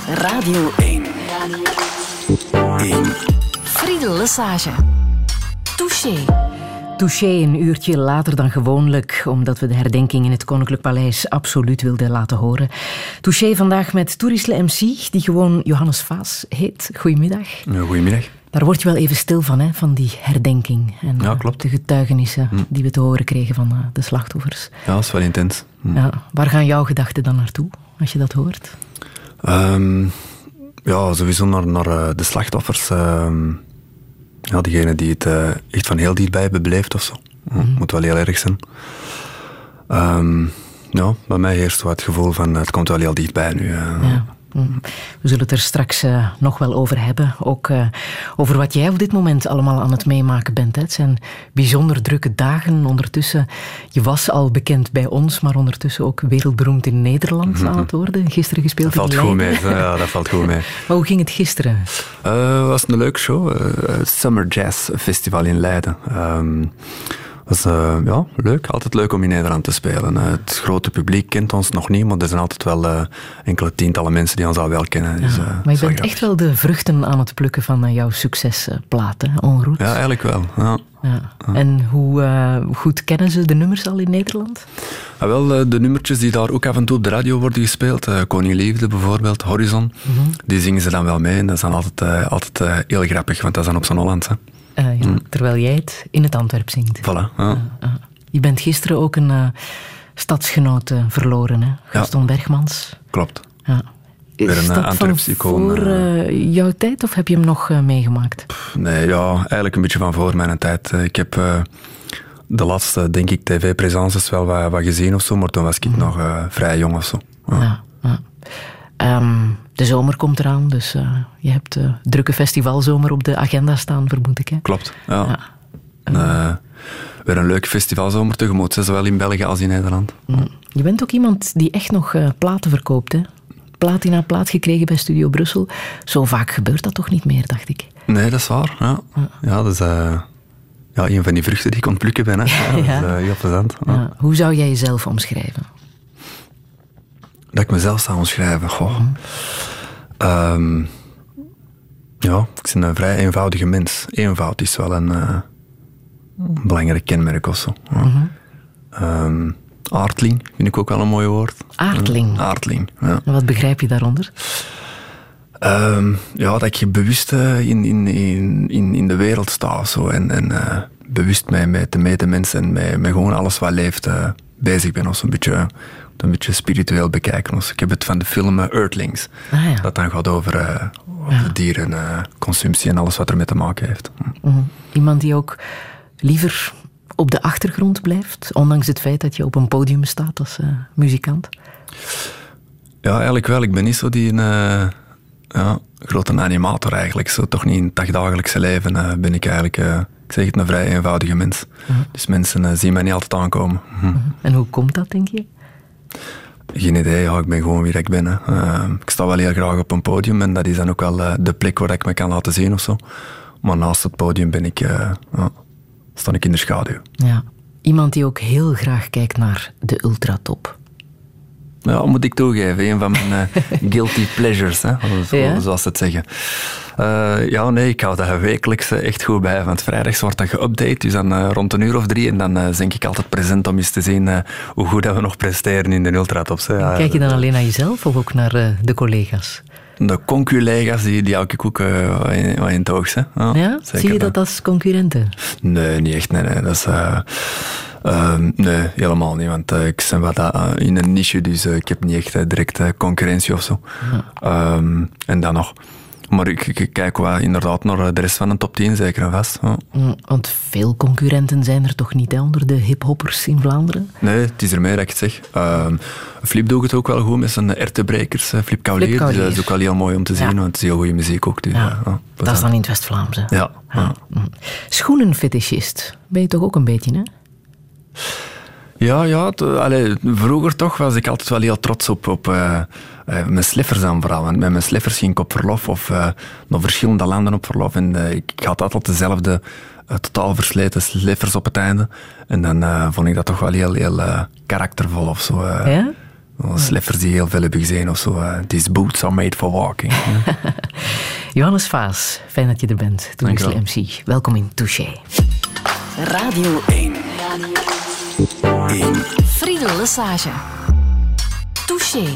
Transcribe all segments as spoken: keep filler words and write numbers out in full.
Radio één. één. Friedel Lesage. Touché. Touché een uurtje later dan gewoonlijk, omdat we de herdenking in het Koninklijk Paleis absoluut wilden laten horen. Touché vandaag met Toerisle M C, die gewoon Johannes Vaas heet. Goedemiddag. Ja, goedemiddag. Daar word je wel even stil van, hè, van die herdenking. En ja, klopt. de getuigenissen hm. die we te horen kregen van uh, de slachtoffers. Ja, dat is wel intens. Hm. Ja, waar gaan jouw gedachten dan naartoe, als je dat hoort? Um, ja, sowieso naar, naar uh, de slachtoffers. Um, ja, diegenen die het uh, echt van heel dichtbij hebben beleefd of zo. Mm. Moet wel heel erg zijn. Um, ja, bij mij heerst wel het gevoel van het komt wel heel dichtbij nu. Uh. Ja. We zullen het er straks uh, nog wel over hebben. Ook uh, over wat jij op dit moment allemaal aan het meemaken bent. Hè. Het zijn bijzonder drukke dagen. Ondertussen, je was al bekend bij ons, maar ondertussen ook wereldberoemd in Nederland mm-hmm. aan het worden. Gisteren gespeeld dat in valt Leiden. goed mee. Ja, dat valt goed mee. Maar hoe ging het gisteren? Het uh, was een leuke show. Uh, Summer Jazz Festival in Leiden. Um, Dat was uh, ja, leuk. Altijd leuk om in Nederland te spelen. Uh, het grote publiek kent ons nog niet, maar er zijn altijd wel uh, enkele tientallen mensen die ons al wel kennen. Dus, uh, ja, maar je bent echt wel de vruchten aan het plukken van uh, jouw succesplaten, uh, En route. Ja, eigenlijk wel. Ja. Ja. Ja. En hoe uh, goed kennen ze de nummers al in Nederland? Ja, wel, uh, de nummertjes die daar ook af en toe op de radio worden gespeeld, uh, Koning Liefde bijvoorbeeld, Horizon, mm-hmm. die zingen ze dan wel mee. En dat is dan altijd, uh, altijd uh, heel grappig, want dat is dan op zo'n Hollands. Hè. Uh, ja, mm. Terwijl jij het in het Antwerp zingt. Voilà. Ja. Uh, uh. Je bent gisteren ook een uh, stadsgenoot uh, verloren, hè? Gaston ja. Bergmans. Klopt. Ja. Weer een uh, Antwerpse icoon. Voor uh, jouw tijd of heb je hem nog uh, meegemaakt? Pff, nee, ja, eigenlijk een beetje van voor mijn tijd. Ik heb uh, de laatste, denk ik, tv-presences wel wat, wat gezien of zo, maar toen was ik mm. nog uh, vrij jong of zo. Ja. Ja, ja. Um, de zomer komt eraan, dus uh, je hebt de drukke festivalzomer op de agenda staan, vermoed ik. Hè? Klopt, ja. ja. En, uh, weer een leuke festivalzomer tegemoet, zowel in België als in Nederland. Mm. Je bent ook iemand die echt nog uh, platen verkoopt, hè? Platina plaat gekregen bij Studio Brussel. Zo vaak gebeurt dat toch niet meer, dacht ik. Nee, dat is waar. Ja, ja. ja dat is uh, ja, een van die vruchten die ik kon plukken ben. Hè. Ja, ja. Dat is uh, heel plezant. Ja. Ja. Hoe zou jij jezelf omschrijven? Dat ik mezelf zou omschrijven? Goh. Mm. Um, ja, ik ben een vrij eenvoudige mens. Eenvoud is wel een uh, belangrijk kenmerk of zo. Ja. Mm-hmm. Um, aardling vind ik ook wel een mooi woord. Aardling? Uh, aardling, ja. En wat begrijp je daaronder? Um, ja, dat ik bewust uh, in, in, in, in de wereld sta zo, en, en uh, bewust met, met de medemens en met, met gewoon alles wat leeft uh, bezig ben. Of zo een beetje... een beetje spiritueel bekijken. Ik heb het van de film Earthlings. Ah, ja. Dat dan gaat over, uh, over ja. dierenconsumptie uh, en alles wat ermee te maken heeft. Mm-hmm. Iemand die ook liever op de achtergrond blijft, ondanks het feit dat je op een podium staat als uh, muzikant? Ja, eigenlijk wel. Ik ben niet zo die uh, ja, grote animator eigenlijk. Zo, toch niet in het dagdagelijkse leven uh, ben ik eigenlijk... Uh, ik zeg het, een vrij eenvoudige mens. Mm-hmm. Dus mensen uh, zien mij niet altijd aankomen. Hm. Mm-hmm. En hoe komt dat, denk je? Geen idee, ja, ik ben gewoon wie ik ben. Hè. Uh, ik sta wel heel graag op een podium en dat is dan ook wel uh, de plek waar ik me kan laten zien of zo. Maar naast het podium ben ik, uh, uh, sta ik in de schaduw. Ja. Iemand die ook heel graag kijkt naar de ultratop. Ja, moet ik toegeven. Een van mijn uh, guilty pleasures, hè, zo, ja? zoals ze het zeggen. Uh, ja, nee, ik hou dat wekelijks echt goed bij. Want vrijdags wordt dat geüpdate, dus dan uh, rond een uur of drie. En dan uh, denk ik altijd present om eens te zien uh, hoe goed dat we nog presteren in de ultratops. Hè. Kijk je dan alleen naar jezelf of ook naar uh, de collega's? De conculega's, die, die hou ik ook uh, in, in het oog. Hè. Ja, ja? Zie je dat als concurrenten? Nee, niet echt. Nee, nee. Dat is... Uh, Uh, nee, helemaal niet, want uh, ik ben wat uh, in een niche, dus uh, ik heb niet echt uh, direct uh, concurrentie of zo. Ja. Um, en dan nog. Maar ik, ik kijk wel inderdaad naar de rest van de top tien, zeker en vast. Ja. Mm, want veel concurrenten zijn er toch niet hè, onder de hiphoppers in Vlaanderen? Nee, het is er meer dat ik het zeg. Um, Flip doet het ook wel goed met zijn ertebrekers. Flip Kaulier, dus dat is ook wel heel mooi om te zien, ja. want het is heel goede muziek ook. Dus, ja. Ja, dat is dan in het West-Vlaams. Hè? Ja. ja. ja. Mm. Schoenenfetischist ben je toch ook een beetje, hè? Ja, ja t- allee, vroeger toch was ik altijd wel heel trots op, op uh, uh, mijn slippers aan vooral. Want met mijn slippers ging ik op verlof of uh, naar verschillende landen op verlof. En uh, ik had altijd dezelfde uh, totaal versleten slippers op het einde. En dan uh, vond ik dat toch wel heel, heel uh, karaktervol of zo. Uh. Ja? Sleffers die heel veel hebben gezien of zo. Uh, These boots are made for walking. Johannes Vaas, fijn dat je er bent. Toerisle M C. Welkom in Touché. Radio één. één. Friedel Lesage. Touché.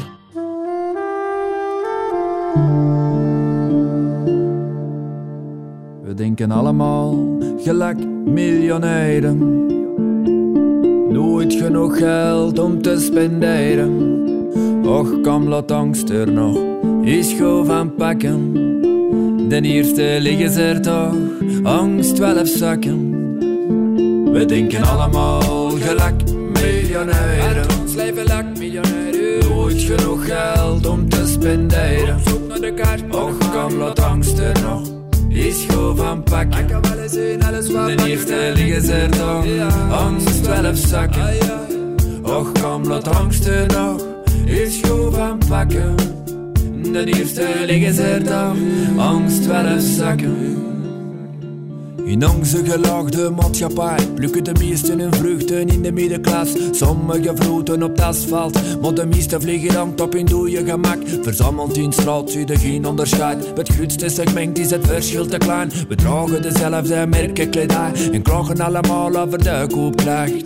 We denken allemaal gelijk miljonairen. Nooit genoeg geld om te spenderen. Och, kom, laat angst er nog eens gauw van pakken. Den eerste liggen ze er toch, angst twaalf zakken. We denken allemaal gelijk miljonairen. Ons leven lijkt miljonairen. Nooit genoeg geld om te spenderen. Op zoek naar de kaart. Och, kom, laat angst er nog eens gauw van pakken. Den eerste liggen ze er toch, angst twaalf zakken. Och, kom, laat angst er nog eens gauw van pakken. Den eerste liggen ze er toch, angst twaalf zakken. In onze gelaagde maatschappij plukken de meesten hun vruchten in de middenklas. Sommigen vroeten op het asfalt, maar de meeste vliegen hangt op hun dode gemak. Verzameld in straat zie je geen onderscheid. Het grootste segment is het verschil te klein. We dragen dezelfde merken kledij en klagen allemaal over de koopkracht.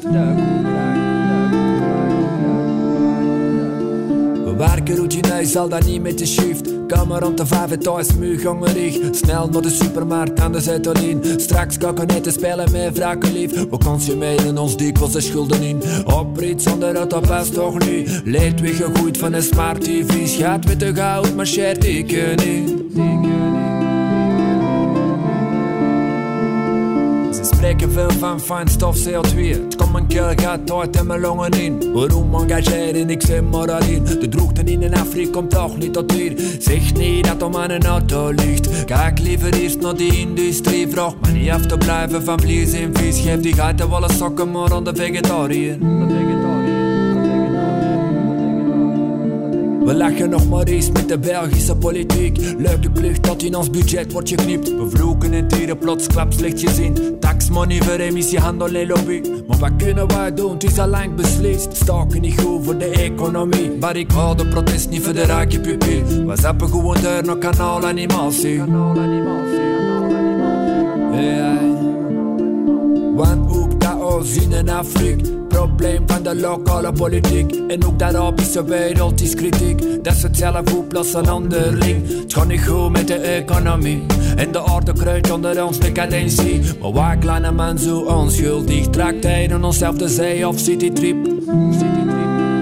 We werken routineus, al dan niet met de shift. Kamer om te vijf thuis, muurgangerig. Snel naar de supermarkt aan de Zuidolien. Straks kakken eten, spelen met wrakenlief. We consumeren ons dikwijls de schulden in. Oprit zonder dat dat best toch niet. Leed weggegooid van een smart T V. Schat met de goud, maar shared ik niet. Ze spreken veel van fijnstof C O twee. Het komt mijn keel gaat uit en mijn longen in. Waarom engageren ik zeg maar alleen. De droogte in Afrika komt toch niet tot hier. Zeg niet dat om aan een auto ligt. Kijk liever eerst naar die industrie. Vraag me niet af te blijven van vlees en vis. Geef die geiten wel een sokken maar aan de vegetariër. We lachen nog maar eens met de Belgische politiek. Leuk de klucht dat in ons budget wordt geknipt. We vloeken en tieren plots klap slecht gezien. Taxmoney voor emissiehandel en lobby. Maar wat kunnen wij doen? Het is al lang beslist. Staken niet goed voor de economie. Maar ik hou de protest niet voor de rijke pupil. We zappen gewoon door naar kanaal animatie. Ja. Want ook chaos in Afrika. Probleem van de lokale politiek. En ook de Arabische wereld is kritiek. Dat ze het zelf oplossen onderling. Het gaat niet goed met de economie. En de aarde kruidt onder ons decadentie. Maar waar kleine man zo onschuldig. Trakt hij in onszelf de zee of citytrip. Citytrip.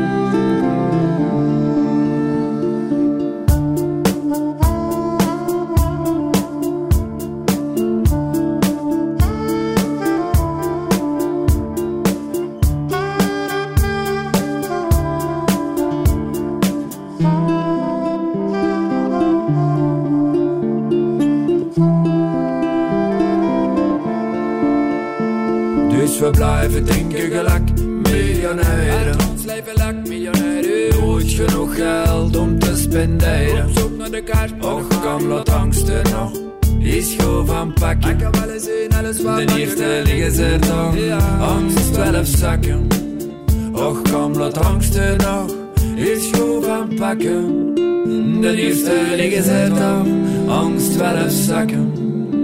We blijven denken gelijk miljonairen. Ons leven lijkt miljonairen. Nooit genoeg geld om te spenderen. Op zoek naar de kaart. Och, kom, laat angst er nog eens goed van pakken. Ik kan wel eens zien, alles wat de eerste liggen ze er toch, angst twaalf zakken. Och, kom, laat angst er nog eens goed van pakken. De eerste liggen ze er toch, angst twaalf zakken.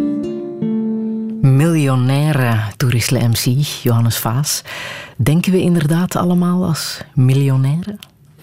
Miljonaire Toerisle M C, Johannes Vaas. Denken we inderdaad allemaal als miljonairen?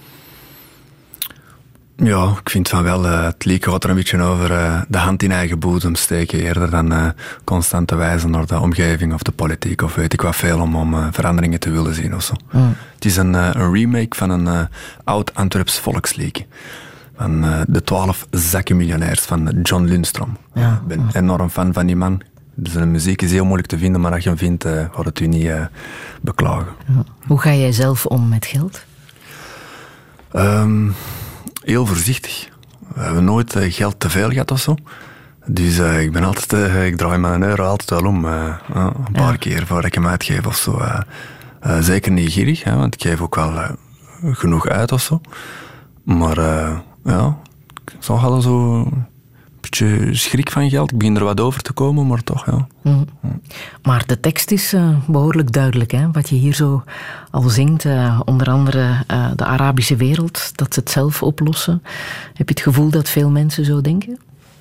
Ja, ik vind van wel. Uh, het liek gaat er een beetje over uh, de hand in eigen boezem steken, eerder dan uh, constant te wijzen naar de omgeving of de politiek of weet ik wat veel om, om uh, veranderingen te willen zien of zo. Mm. Het is een, uh, een remake van een uh, oud Antwerps volkslied. Van uh, de twaalf zakkenmiljonairs van John Lundstrom. Ja. Ik ben enorm fan van die man. Zijn muziek is heel moeilijk te vinden, maar als je hem vindt, uh, gaat het u niet uh, beklagen. Ja. Hoe ga jij zelf om met geld? Um, heel voorzichtig. We hebben nooit uh, geld te veel gehad of zo. Dus uh, ik ben altijd, uh, ik draai mijn euro altijd wel om. Uh, uh, een paar ja. keer voordat ik hem uitgeef of zo. Uh, uh, zeker niet gierig, hè, want ik geef ook wel uh, genoeg uit of zo. Maar uh, ja, ik zal wel zo beetje schrik van geld. Ik begin er wat over te komen, maar toch, ja. Mm. Maar de tekst is uh, behoorlijk duidelijk, hè? Wat je hier zo al zingt. Uh, onder andere uh, de Arabische wereld, dat ze het zelf oplossen. Heb je het gevoel dat veel mensen zo denken?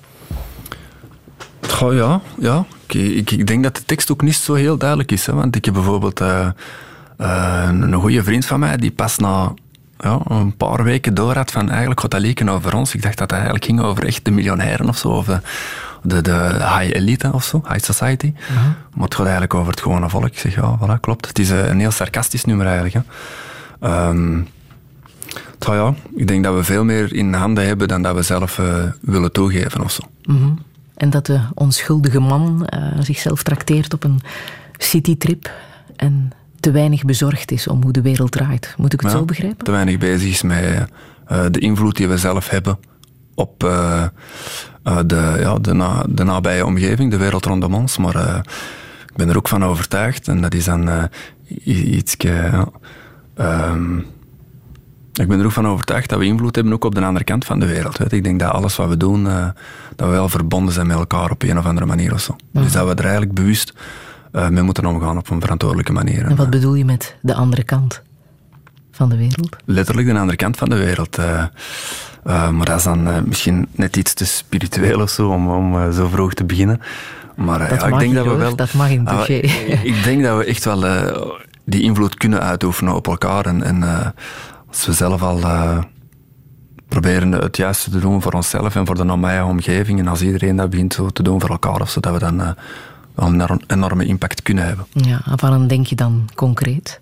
Goh, ja, ja. Ik, ik, ik denk dat de tekst ook niet zo heel duidelijk is. Hè? Want ik heb bijvoorbeeld uh, uh, een goede vriend van mij die pas na ja, een paar weken door had van eigenlijk gaat dat leken over ons. Ik dacht dat het eigenlijk ging over echt de miljonairen of zo. Of de, de, de high elite of zo, high society. Uh-huh. Maar het gaat eigenlijk over het gewone volk. Ik zeg, ja, voilà, klopt. Het is een heel sarcastisch nummer eigenlijk. Hè. Um, tja, ja, ik denk dat we veel meer in handen hebben dan dat we zelf uh, willen toegeven of zo. Mm-hmm. En dat de onschuldige man uh, zichzelf trakteert op een citytrip en te weinig bezorgd is om hoe de wereld draait. Moet ik het ja, zo begrijpen? Te weinig bezig is met uh, de invloed die we zelf hebben op uh, uh, de, ja, de, na, de nabije omgeving, de wereld rondom ons. Maar uh, ik ben er ook van overtuigd, en dat is dan uh, iets... Uh, um, ik ben er ook van overtuigd dat we invloed hebben ook op de andere kant van de wereld. Weet. Ik denk dat alles wat we doen, uh, dat we wel verbonden zijn met elkaar op een of andere manier of zo. Ja. Dus dat we er eigenlijk bewust uh, mee moeten omgaan op een verantwoordelijke manier. En wat bedoel je met de andere kant van de wereld? Letterlijk de andere kant van de wereld. Uh, uh, maar dat is dan uh, misschien net iets te spiritueel of zo, om, om uh, zo vroeg te beginnen. Maar uh, dat ja, mag ik denk je, dat we wel... Dat mag in touché. Uh, ik denk dat we echt wel uh, die invloed kunnen uitoefenen op elkaar. En, en uh, als we zelf al uh, proberen het juiste te doen voor onszelf en voor de nabije omgeving, en als iedereen dat begint zo te doen voor elkaar, of zodat we dan uh, wel een enorme impact kunnen hebben. Ja, waaraan denk je dan concreet?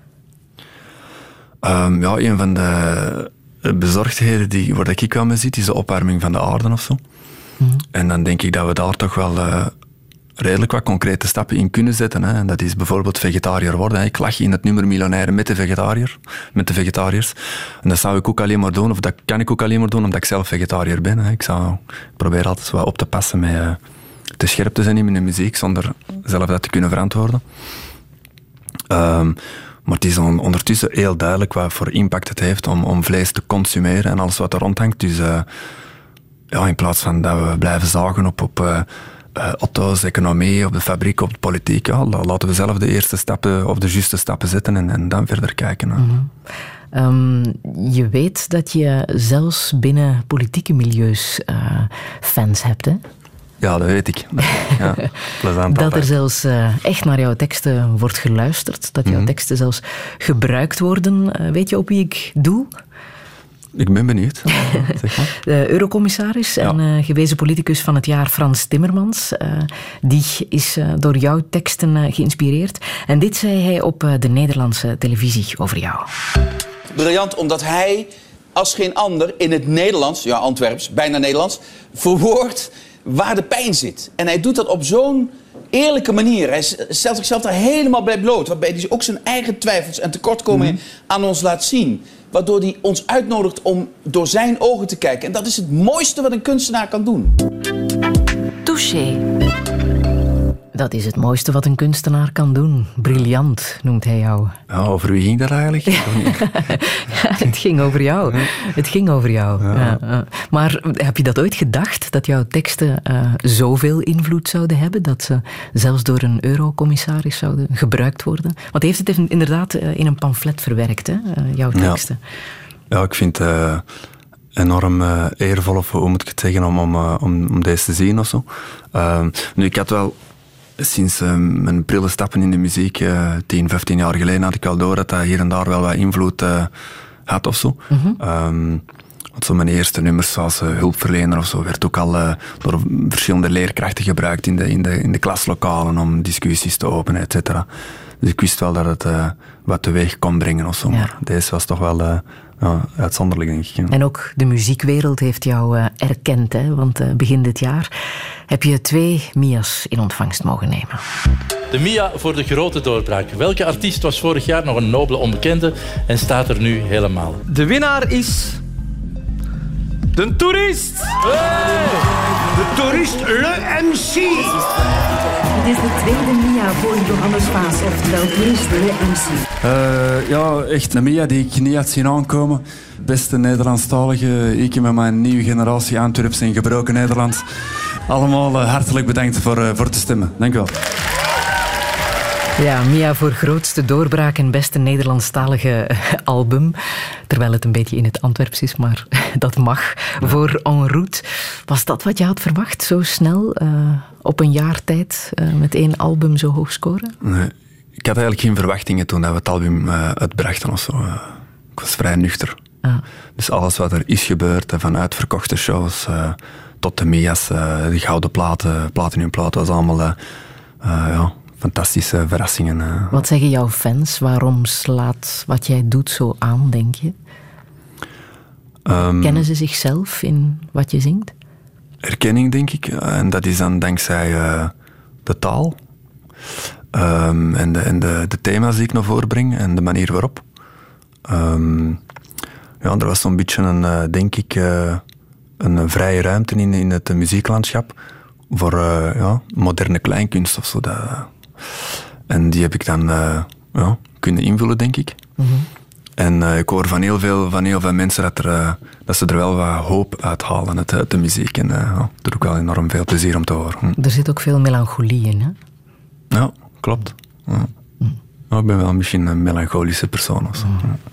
Um, ja, een van de bezorgdheden die, waar ik wel mee zit, is de opwarming van de aarde of zo. Mm-hmm. En dan denk ik dat we daar toch wel uh, redelijk wat concrete stappen in kunnen zetten. Hè. En dat is bijvoorbeeld vegetariër worden. Hè. Ik lach in het nummer Miljonairen met de vegetariër, met de vegetariërs. En dat zou ik ook alleen maar doen, of dat kan ik ook alleen maar doen, omdat ik zelf vegetariër ben. Hè. Ik, zou, ik probeer altijd wat op te passen met uh, te scherp te zijn in mijn muziek, zonder zelf dat te kunnen verantwoorden. Um, Maar het is on, ondertussen heel duidelijk wat voor impact het heeft om, om vlees te consumeren en alles wat er rondhangt. Dus uh, ja, in plaats van dat we blijven zagen op, op uh, uh, auto's, economie, op de fabriek, op de politiek, ja, laten we zelf de eerste stappen of de juiste stappen zetten en, en dan verder kijken. Mm-hmm. Um, je weet dat je zelfs binnen politieke milieus uh, fans hebt, hè? Ja, dat weet ik. Ja, plezant. Dat er zelfs uh, echt naar jouw teksten wordt geluisterd. Dat jouw mm-hmm. teksten zelfs gebruikt worden. Uh, weet je op wie ik doel? Ik ben benieuwd. Zeg maar. De eurocommissaris en ja. uh, gewezen politicus van het jaar Frans Timmermans. Uh, die is uh, door jouw teksten uh, geïnspireerd. En dit zei hij op uh, de Nederlandse televisie over jou. Briljant, omdat hij als geen ander in het Nederlands, ja Antwerps, bijna Nederlands, verwoordt waar de pijn zit. En hij doet dat op zo'n eerlijke manier. Hij stelt zichzelf daar helemaal bij bloot. Waarbij hij ook zijn eigen twijfels en tekortkomingen mm-hmm. aan ons laat zien. Waardoor hij ons uitnodigt om door zijn ogen te kijken. En dat is het mooiste wat een kunstenaar kan doen. Touché. Dat is het mooiste wat een kunstenaar kan doen. Briljant, noemt hij jou. Ja, over wie ging dat eigenlijk? Ja, het ging over jou. Het ging over jou. Ja. Ja, maar heb je dat ooit gedacht, dat jouw teksten uh, zoveel invloed zouden hebben, dat ze zelfs door een eurocommissaris zouden gebruikt worden? Want hij heeft het inderdaad uh, in een pamflet verwerkt, hè, uh, jouw teksten. Ja, ja ik vind het uh, enorm uh, eervol, of hoe moet ik het zeggen, om, om, uh, om, om deze te zien of zo. Uh, nu, ik had wel sinds uh, mijn prille stappen in de muziek, uh, tien, vijftien jaar geleden, had ik al door dat dat hier en daar wel wat invloed uh, had of zo. Mm-hmm. Um, want zo mijn eerste nummers als uh, hulpverlener of zo werd ook al uh, door verschillende leerkrachten gebruikt in de, in de, in de klaslokalen om discussies te openen, et cetera. Dus ik wist wel dat het uh, wat teweeg kon brengen of zo. Ja. Maar deze was toch wel uh, ja, uitzonderlijk, denk ik. Ja. En ook de muziekwereld heeft jou uh, erkend, hè? Want uh, begin dit jaar heb je twee Mia's in ontvangst mogen nemen. De Mia voor de grote doorbraak. Welke artiest was vorig jaar nog een nobele onbekende en staat er nu helemaal? De winnaar is... De Toerist! Hey! De Toerist, Le M C! Dit is de tweede Mia voor Johannes Vaas, oftewel Christelijke M C. Uh, ja, echt een Mia die ik niet had zien aankomen. Beste Nederlandstalige, ik met mijn nieuwe generatie Antwerps en gebroken Nederlands. Allemaal uh, hartelijk bedankt voor, uh, voor te stemmen. Dank u wel. Ja, Mia voor grootste doorbraak en beste Nederlandstalige album. Terwijl het een beetje in het Antwerps is, maar dat mag. Ja. Voor En route. Was dat wat je had verwacht, zo snel, uh, op een jaar tijd, uh, met één album zo hoog scoren? Nee, ik had eigenlijk geen verwachtingen toen we het album uh, uitbrachten of zo. Uh, ik was vrij nuchter. Ah. Dus alles wat er is gebeurd, van uitverkochte shows uh, tot de Mia's, uh, de gouden platen, platinumplaten, was allemaal uh, uh, ja, fantastische verrassingen. Uh. Wat zeggen jouw fans? Waarom slaat wat jij doet zo aan, denk je? Um, Kennen ze zichzelf in wat je zingt? Erkenning, denk ik. En dat is dan dankzij uh, de taal. Um, en de, en de, de thema's die ik naar voren breng en de manier waarop. Um, ja, er was zo'n beetje een, uh, denk ik, uh, een vrije ruimte in, in het muzieklandschap voor uh, ja, moderne kleinkunst of zo. Dat, uh, en die heb ik dan uh, ja, kunnen invullen, denk ik. Mm-hmm. En uh, ik hoor van heel, veel, van heel veel mensen dat, er, uh, dat ze er wel wat hoop uithalen uit, uit de muziek. En uh, ja, dat doet ook wel enorm veel plezier om te horen. Hm. Er zit ook veel melancholie in, hè? Ja, klopt. Ja. Hm. Ja, ik ben wel misschien een melancholische persoon of zo. Hm. Ja.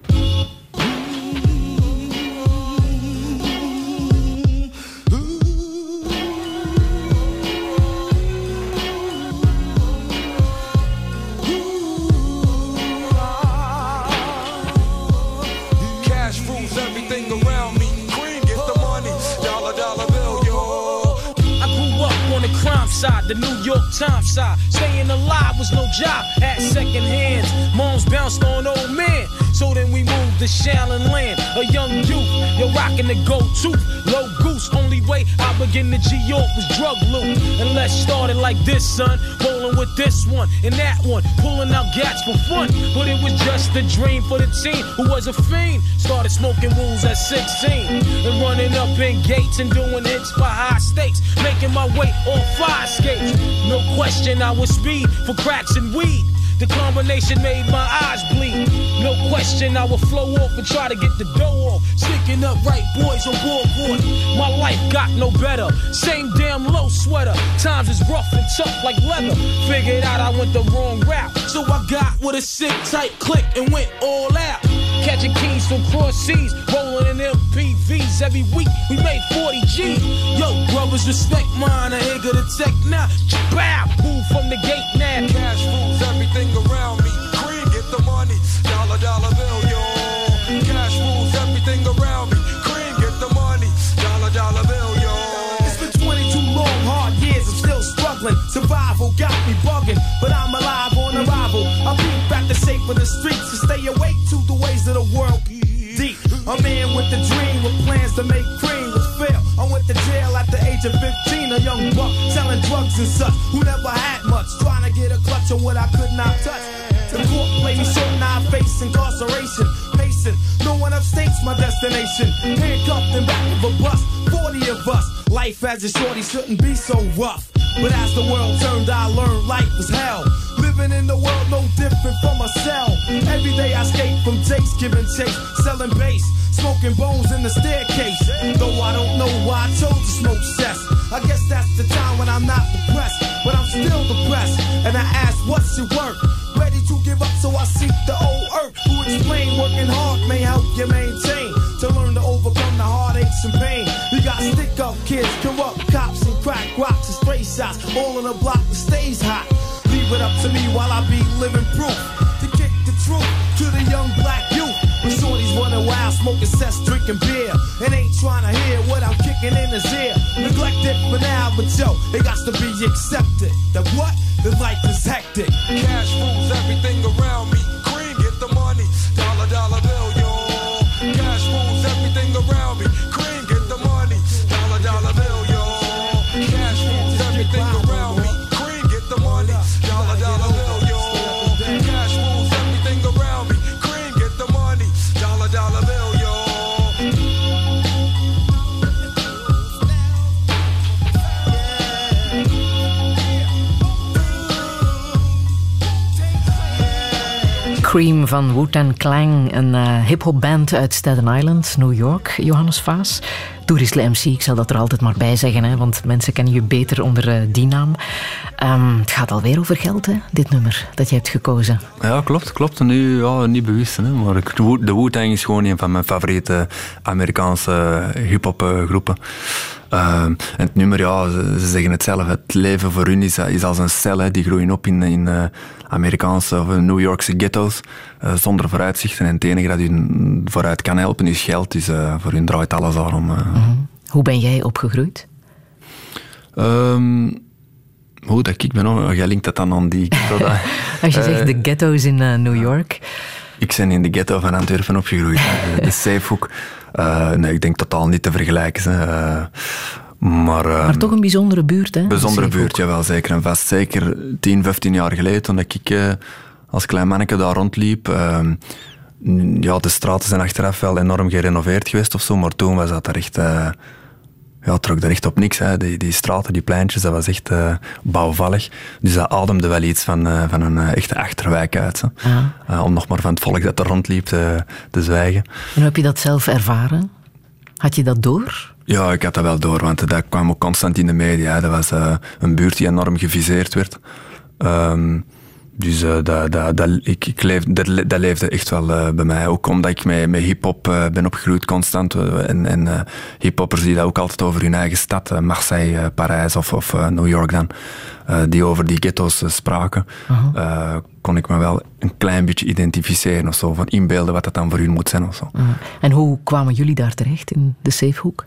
The New York Times side, staying alive was no job. Had second hands, moms bounced on old men. So then we moved to Shaolin Land, a young youth, you're rocking the gold tooth, low goose. Only way I begin to G-York was drug loot. And let's start it like this, son, rolling with this one and that one, pulling out gats for fun. But it was just a dream for the teen who was a fiend. Started smoking rules at sixteen and running up in gates and doing hits for high stakes, making my way on fire skates. No question I was speed for cracks and weed. The combination made my eyes bleed. No question I would flow off and try to get the dough off. Sticking up right boys on board. My life got no better. Same damn low sweater. Times is rough and tough like leather. Figured out I went the wrong route. So I got with a sick tight click and went all out. Catching keys from cross seas, rolling in M P Vs every week. We made forty G. Yo, brothers, respect mine. I ain't gonna take now. Bow, move from the gate now. Cash rules everything around me. Cream, get the money. Dollar, dollar bill, yo. Cash rules everything around me. Cream, get the money. Dollar, dollar bill, yo. It's been twenty-two long, hard years. I'm still struggling. Survival got me bugging, but I'm alive on arrival. I peep back the shape of the streets to stay awake to the ways of the world. Deep, a man with a dream, with plans to make cream, was fail. I went to jail at the age of fifteen, a young buck selling drugs and such, who never had much, trying to get a clutch on what I could not touch. The court played me so now I face incarceration, pacing, no one upstates my destination. Handcuffed in back of a bus, forty of us. Life as a shorty shouldn't be so rough. But as the world turned, I learned life was hell. Living in the world no different from a cell. Every day I escape from Jake's giving chase, selling bass, smoking bones in the staircase. Though I don't know why I chose to smoke cess. I guess that's the time when I'm not depressed, but I'm still depressed. And I ask, what's your work? Ready to give up, so I seek the old earth, who explain working hard may help you maintain, to learn to overcome the heartaches and pain. You got stick up kids, corrupt cops, and crack rocks and stray shots, all in a block that stays hot. Leave it up to me while I be living proof, to kick the truth to the young black youth. When shorties running wild, smoking cess, drinking beer, and ain't trying to hear what I'm kicking in his ear. Neglected for now, but yo, it got to be accepted. That what? The life is hectic. Cash rules everything around me. Cream, get the money. Dollar, dollar bill, yo. Cash rules everything around me. Cream, get the money. Dollar, dollar bill, yo. Cash rules everything around me. Cream, get the money. Dollar, dollar bill, yo. Cash rules everything around me. Cream, get the money. Dollar, dollar bill, yo. Cream van Wu-Tang Clan, een uh, hip-hopband uit Staten Island, New York, Johannes Vaas. Toerisle M C, ik zal dat er altijd maar bij zeggen, hè, want mensen kennen je beter onder uh, die naam. Um, het gaat alweer over geld, hè, dit nummer dat je hebt gekozen. Ja, klopt, klopt. Nu, ja, niet bewust, hè, maar de Wu-Tang is gewoon een van mijn favoriete Amerikaanse hip-hop groepen. Uh, en het nummer, ja, ze, ze zeggen het zelf, het leven voor hun is, is als een cel, hè, die groeien op in, in uh, Amerikaanse of New Yorkse ghetto's, uh, zonder vooruitzichten. En het enige dat hun vooruit kan helpen is geld, dus uh, voor hun draait alles daarom. Uh. Mm-hmm. Hoe ben jij opgegroeid? Um, hoe dat ik ben, oh, jij linkt dat dan aan die ghetto. Als je uh, zegt de ghetto's in uh, New York. Ik ben in de ghetto van Antwerpen opgegroeid, de, de Safehoek. Uh, nee, ik denk totaal niet te vergelijken. Uh, maar, uh, maar toch een bijzondere buurt, hè? Bijzondere buurt, jawel, zeker en vast. Zeker tien, vijftien jaar geleden, toen ik uh, als klein manneke daar rondliep. Uh, ja, de straten zijn achteraf wel enorm gerenoveerd geweest of zo, maar toen was dat er echt... Uh, ja, trok er echt op niks. Hè. Die, die straten, die pleintjes, dat was echt uh, bouwvallig. Dus dat ademde wel iets van, uh, van een uh, echte achterwijk uit. Ja. Uh, om nog maar van het volk dat er rondliep te, te zwijgen. En hoe heb je dat zelf ervaren? Had je dat door? Ja, ik had dat wel door, want dat kwam ook constant in de media. Hè. Dat was uh, een buurt die enorm geviseerd werd. Um, Dus uh, dat, dat, dat, ik, ik leef, dat, dat leefde echt wel uh, bij mij. Ook omdat ik met, met hip-hop uh, ben opgegroeid constant. Uh, en en uh, hip-hoppers die dat ook altijd over hun eigen stad, uh, Marseille, uh, Parijs of, of uh, New York dan, uh, die over die ghetto's uh, spraken, uh-huh. uh, kon ik me wel een klein beetje identificeren of zo, van inbeelden wat dat dan voor hun moet zijn of zo. Uh-huh. En hoe kwamen jullie daar terecht in de Safehoek?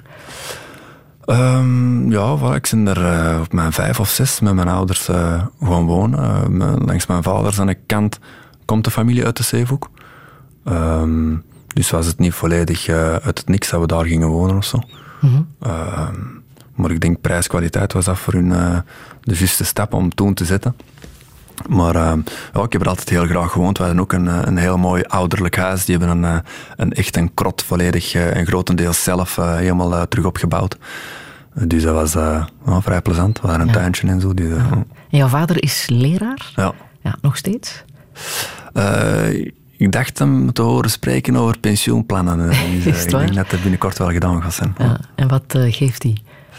Um, ja, voilà, ik ben er uh, op mijn vijf of zes met mijn ouders uh, gewoon wonen. Uh, mijn, langs mijn vaders aan de kant komt de familie uit de Zeehoek. Um, dus was het niet volledig uh, uit het niks dat we daar gingen wonen of zo. Mm-hmm. Uh, maar ik denk prijs-kwaliteit was dat voor hun uh, de juiste stap om toen te zetten. Maar uh, ja, ik heb er altijd heel graag gewoond. We hadden ook een, een heel mooi ouderlijk huis. Die hebben een, een echt een krot volledig uh, en grotendeels zelf uh, helemaal uh, terug opgebouwd. Dus dat was uh, oh, vrij plezant. We hadden een ja. tuintje en zo. Dus, uh, en jouw vader is leraar? Ja. Ja, nog steeds? Uh, ik dacht hem te horen spreken over pensioenplannen. Dus, uh, ik denk dat dat binnenkort wel gedaan gaat zijn. Ja. En wat uh, geeft hij?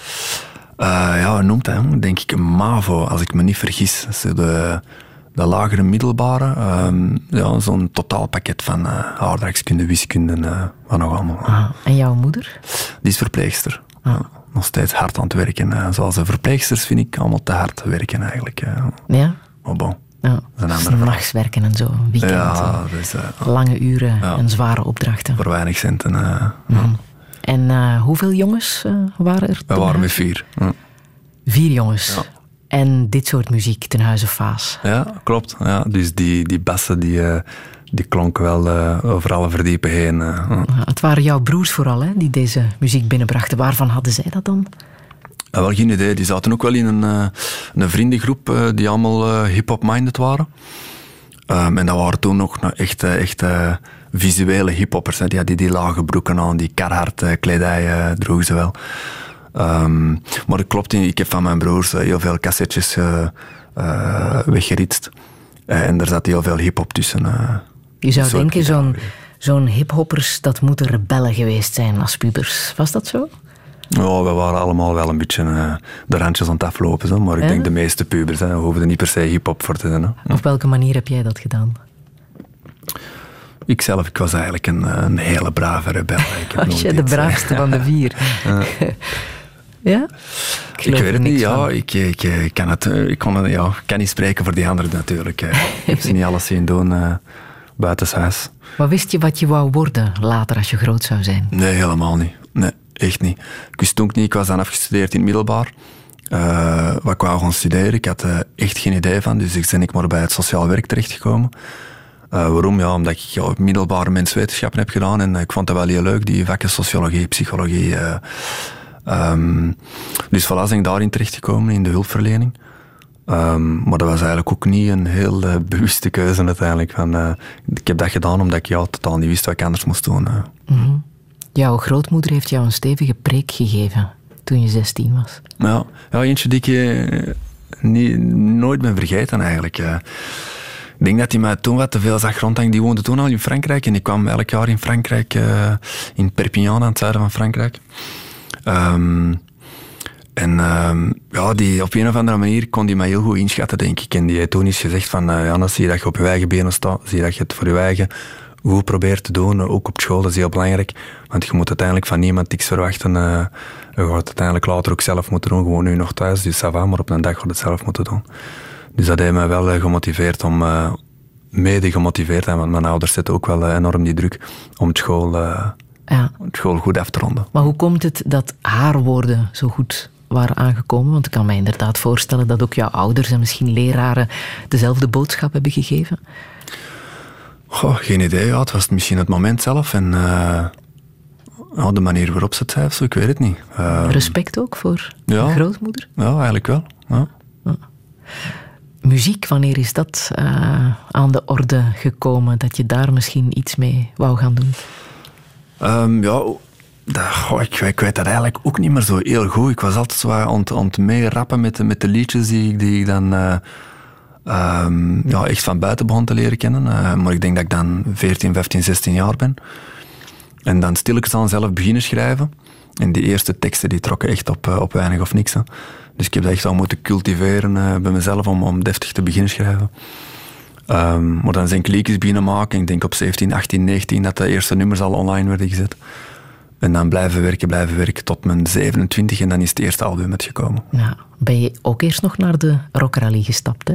Uh, ja, hoe noemt hij? Denk ik een MAVO, als ik me niet vergis. De, de lagere middelbare. Um, ja, zo'n totaalpakket van uh, aardrijkskunde, wiskunde, uh, wat nog allemaal. Ah, en jouw moeder? Die is verpleegster. Ah. Uh, nog steeds hard aan het werken. Uh, zoals de verpleegsters vind ik allemaal te hard werken eigenlijk. Uh. Ja? Maar bon. Ja, nachts werken en zo, weekend. Ja, dus, uh, lange uren ja. en zware opdrachten. Voor weinig centen. Uh, mm. ja. En uh, hoeveel jongens uh, waren er? We waren met vier. Ja. Vier jongens. Ja. En dit soort muziek ten huize Vaas. Ja, klopt. Ja, dus die, die bassen die, uh, die klonken wel uh, over alle verdiepen heen. Uh. Ja, het waren jouw broers vooral hè, die deze muziek binnenbrachten. Waarvan hadden zij dat dan? Ja, wel geen idee. Die zaten ook wel in een, uh, een vriendengroep uh, die allemaal uh, hip-hop-minded waren. Um, en dat waren toen nog echt, echt uh, visuele hip-hoppers. Hè. Die hadden die lage broeken aan, die Carhartt uh, kledij uh, droegen ze wel. Um, maar dat klopt, ik heb van mijn broers uh, heel veel cassettes uh, uh, weggeritst. Uh, en er zat heel veel hip-hop tussen. Uh, Je zou denken, zo'n, zo'n hip-hoppers, dat moeten rebellen geweest zijn als pubers. Was dat zo? Ja, we waren allemaal wel een beetje uh, de randjes aan het aflopen. Zo. Maar ik ja? denk de meeste pubers, hè, hoeven er niet per se hip-hop voor te zijn. Hè. Op welke manier heb jij dat gedaan? Ikzelf, ik was eigenlijk een, een hele brave rebel. Ik heb was jij de braafste van de vier? Uh. Ja? Ik, ik weet het niet, ja. Ik, ik, ik, kan het, ik kon het, ja, kan niet spreken voor die anderen natuurlijk. Ik heb ze niet alles zien doen uh, buitenshuis. Maar wist je wat je wou worden later als je groot zou zijn? Nee, helemaal niet. Nee, echt niet. Ik wist ook niet, ik was dan afgestudeerd in het middelbaar. Uh, wat ik wou gaan studeren, ik had er uh, echt geen idee van. Dus ik ben ik maar bij het sociaal werk terechtgekomen. Uh, waarom? Ja, omdat ik ja, middelbare menswetenschappen heb gedaan en uh, ik vond dat wel heel leuk, die vakken sociologie, psychologie. Uh, um, dus voilà, ben ik daarin terechtgekomen, in de hulpverlening. Um, maar dat was eigenlijk ook niet een heel uh, bewuste keuze uiteindelijk. Van, uh, ik heb dat gedaan omdat ik ja, totaal niet wist wat ik anders moest doen. Uh. Mm-hmm. Jouw grootmoeder heeft jou een stevige preek gegeven toen je zestien was. Ja, ja eentje die ik uh, niet, nooit ben vergeten eigenlijk. Uh. Ik denk dat hij mij toen wat te veel zag rondhangen. Die woonde toen al in Frankrijk en die kwam elk jaar in Frankrijk, uh, in Perpignan, aan het zuiden van Frankrijk. Um, en um, ja, die, op een of andere manier kon die mij heel goed inschatten, denk ik. En die heeft toen eens gezegd van, uh, Jannes, zie je dat je op je eigen benen staat, zie je dat je het voor je eigen goed probeert te doen, ook op school, dat is heel belangrijk. Want je moet uiteindelijk van niemand niks verwachten. Uh, je gaat het uiteindelijk later ook zelf moeten doen, gewoon nu nog thuis, dus ça va, maar op een dag gaat het zelf moeten doen. Dus dat heeft mij wel uh, gemotiveerd om, uh, mede gemotiveerd, hè, want mijn ouders zetten ook wel uh, enorm die druk om het school, uh, ja. het school goed af te ronden. Maar hoe komt het dat haar woorden zo goed waren aangekomen? Want ik kan mij inderdaad voorstellen dat ook jouw ouders en misschien leraren dezelfde boodschap hebben gegeven. Goh, geen idee. Ja, het was misschien het moment zelf en uh, ja, de manier waarop ze het zei, zo, ik weet het niet. Uh, Respect ook voor ja, je grootmoeder? Ja, eigenlijk wel. Ja. Ja. Muziek, wanneer is dat uh, aan de orde gekomen, dat je daar misschien iets mee wou gaan doen? Um, ja, dat, goh, ik, ik weet dat eigenlijk ook niet meer zo heel goed. Ik was altijd zo aan het, aan het meerappen met, met de liedjes die, die ik dan uh, um, ja, echt van buiten begon te leren kennen. Uh, maar ik denk dat ik dan veertien, vijftien, zestien jaar ben. En dan stilletjes aan zelf beginnen schrijven. En die eerste teksten die trokken echt op, op weinig of niks. Hè. Dus ik heb dat echt al moeten cultiveren uh, bij mezelf om, om deftig te beginnen schrijven. Um, maar dan zijn ik liedjes beginnen maken. Ik denk op zeventien, achttien, negentien dat de eerste nummers al online werden gezet. En dan blijven werken, blijven werken tot mijn zevenentwintig en dan is het eerste album uitgekomen. Ja, ben je ook eerst nog naar de Rock Rally gestapt, hè?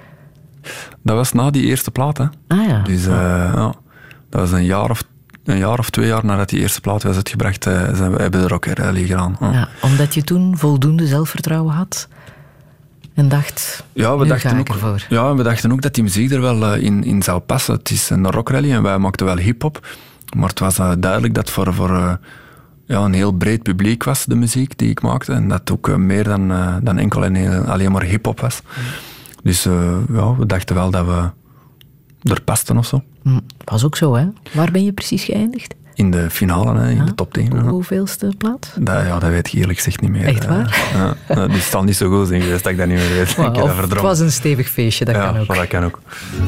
Dat was na die eerste plaat, hè. Ah ja. Dus uh, ja, dat was een jaar of Een jaar of twee jaar nadat die eerste plaat was uitgebracht, uh, zijn we, hebben we de Rock Rally gedaan. Ja. Ja, omdat je toen voldoende zelfvertrouwen had en dacht, ja, we nu dachten ga ook, ik ervoor. Ja, we dachten ook dat die muziek er wel uh, in, in zou passen. Het is een Rock Rally en wij maakten wel hip-hop, maar het was uh, duidelijk dat voor, voor uh, ja, een heel breed publiek was, de muziek die ik maakte. En dat het ook uh, meer dan, uh, dan enkel en heel, alleen maar hip-hop was. Mm. Dus uh, ja, we dachten wel dat we er pasten of zo. Mm, was ook zo, hè? Waar ben je precies geëindigd? In de finale, hè, in ja, de top tien. Ja. Hoeveelste plaats? Dat, ja, dat weet ik eerlijk gezegd niet meer. Echt waar? Ja, ja, die zal niet zo goed zijn geweest dat ik dat niet meer weet. Wow, ik of het was een stevig feestje, dat ja, kan ook. dat kan ook.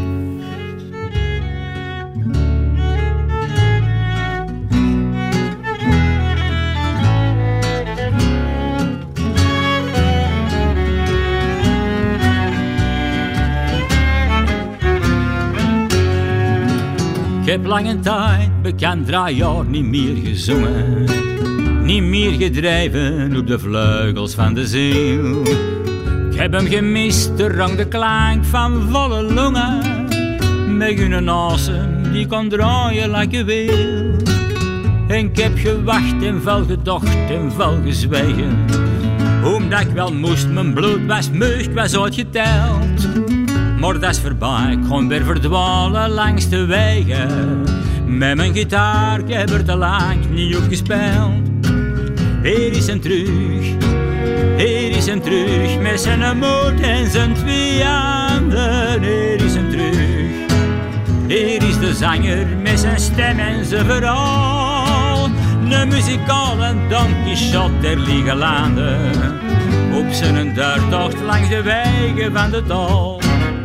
Ik heb lange tijd bekend drie jaar niet meer gezongen, niet meer gedreven op de vleugels van de ziel. Ik heb hem gemist, de rang, de klank van volle longen, met een asem die kan draaien like je wil. En ik heb gewacht en veel gedacht en veel gezwegen, omdat ik wel moest, mijn bloed was meug, was uitgeteld. Maar dat is voorbij, ik kon weer verdwalen langs de wegen. Met mijn gitaar, ik heb er te lang niet op gespeeld. Hier is hem terug, hier is hem terug, met zijn moed en zijn twee handen. Hier is hem terug, hier is de zanger, met zijn stem en zijn verhaal. De muzikale Don Quixote der lieve landen, op zijn duurtocht langs de wegen van de dal.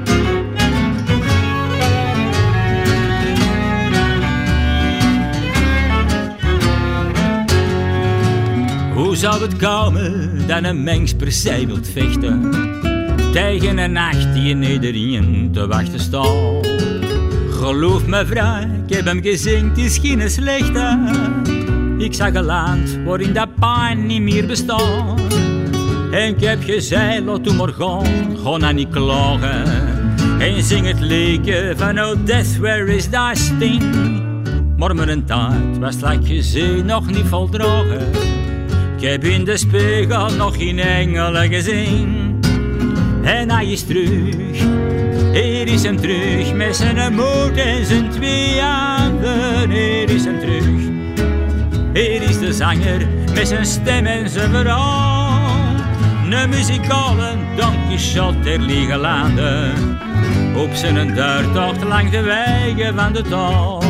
Hoe zou het komen dat een mens per se wilt vechten tegen een nacht die in iedereen te wachten staat? Geloof me vrij, ik heb hem gezien, het is geen slechte. Ik zag een land waarin dat pijn niet meer bestaat. En ik heb gezegd, laat toe maar gaan, ga nou niet klagen. En zing het liedje van Oh Death, where is thy sting? Maar mijn tijd was, laat je zee, nog niet voldragen. Ik heb in de spiegel nog geen engelen gezien. En hij is terug, hier is hem terug, met zijn moed en zijn twee handen. Hier is hem terug, hier is de zanger, met zijn stem en zijn verhaal. Een muzikale Don Quixote der lieve landen, op zijn duurtocht langs de wegen van de taal.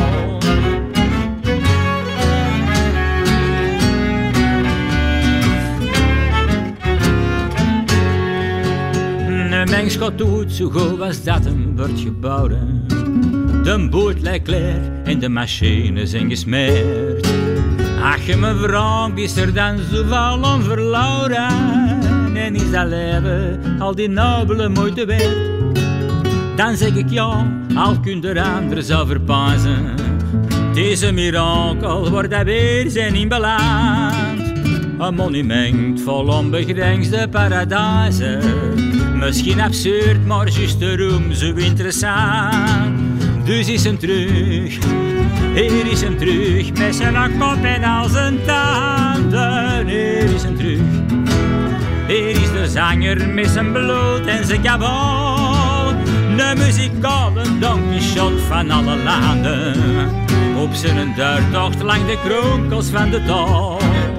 Ondanks gaat doet zo goed als dat hem wordt gebouwd. De boot lijkt klaar en de machines zijn gesmeerd. Ach, je me vraagt, is er dan zoveel om verloren? En is dat leven al die nobele moeite waard? Dan zeg ik ja, al kun er anderen zo verpazen. Deze mirakel wordt dat weer zijn in beland. Een monument vol onbegrensde paradijzen. Misschien absurd, maar juist daarom zo interessant. Dus is hem terug, hier is hem terug, met zijn kop en al zijn tanden. Hier is hem terug, hier is de zanger met zijn bloed en zijn kabel. De muzikale Don Quixote van alle landen. Op zijn duurtocht langs de kronkels van de dal.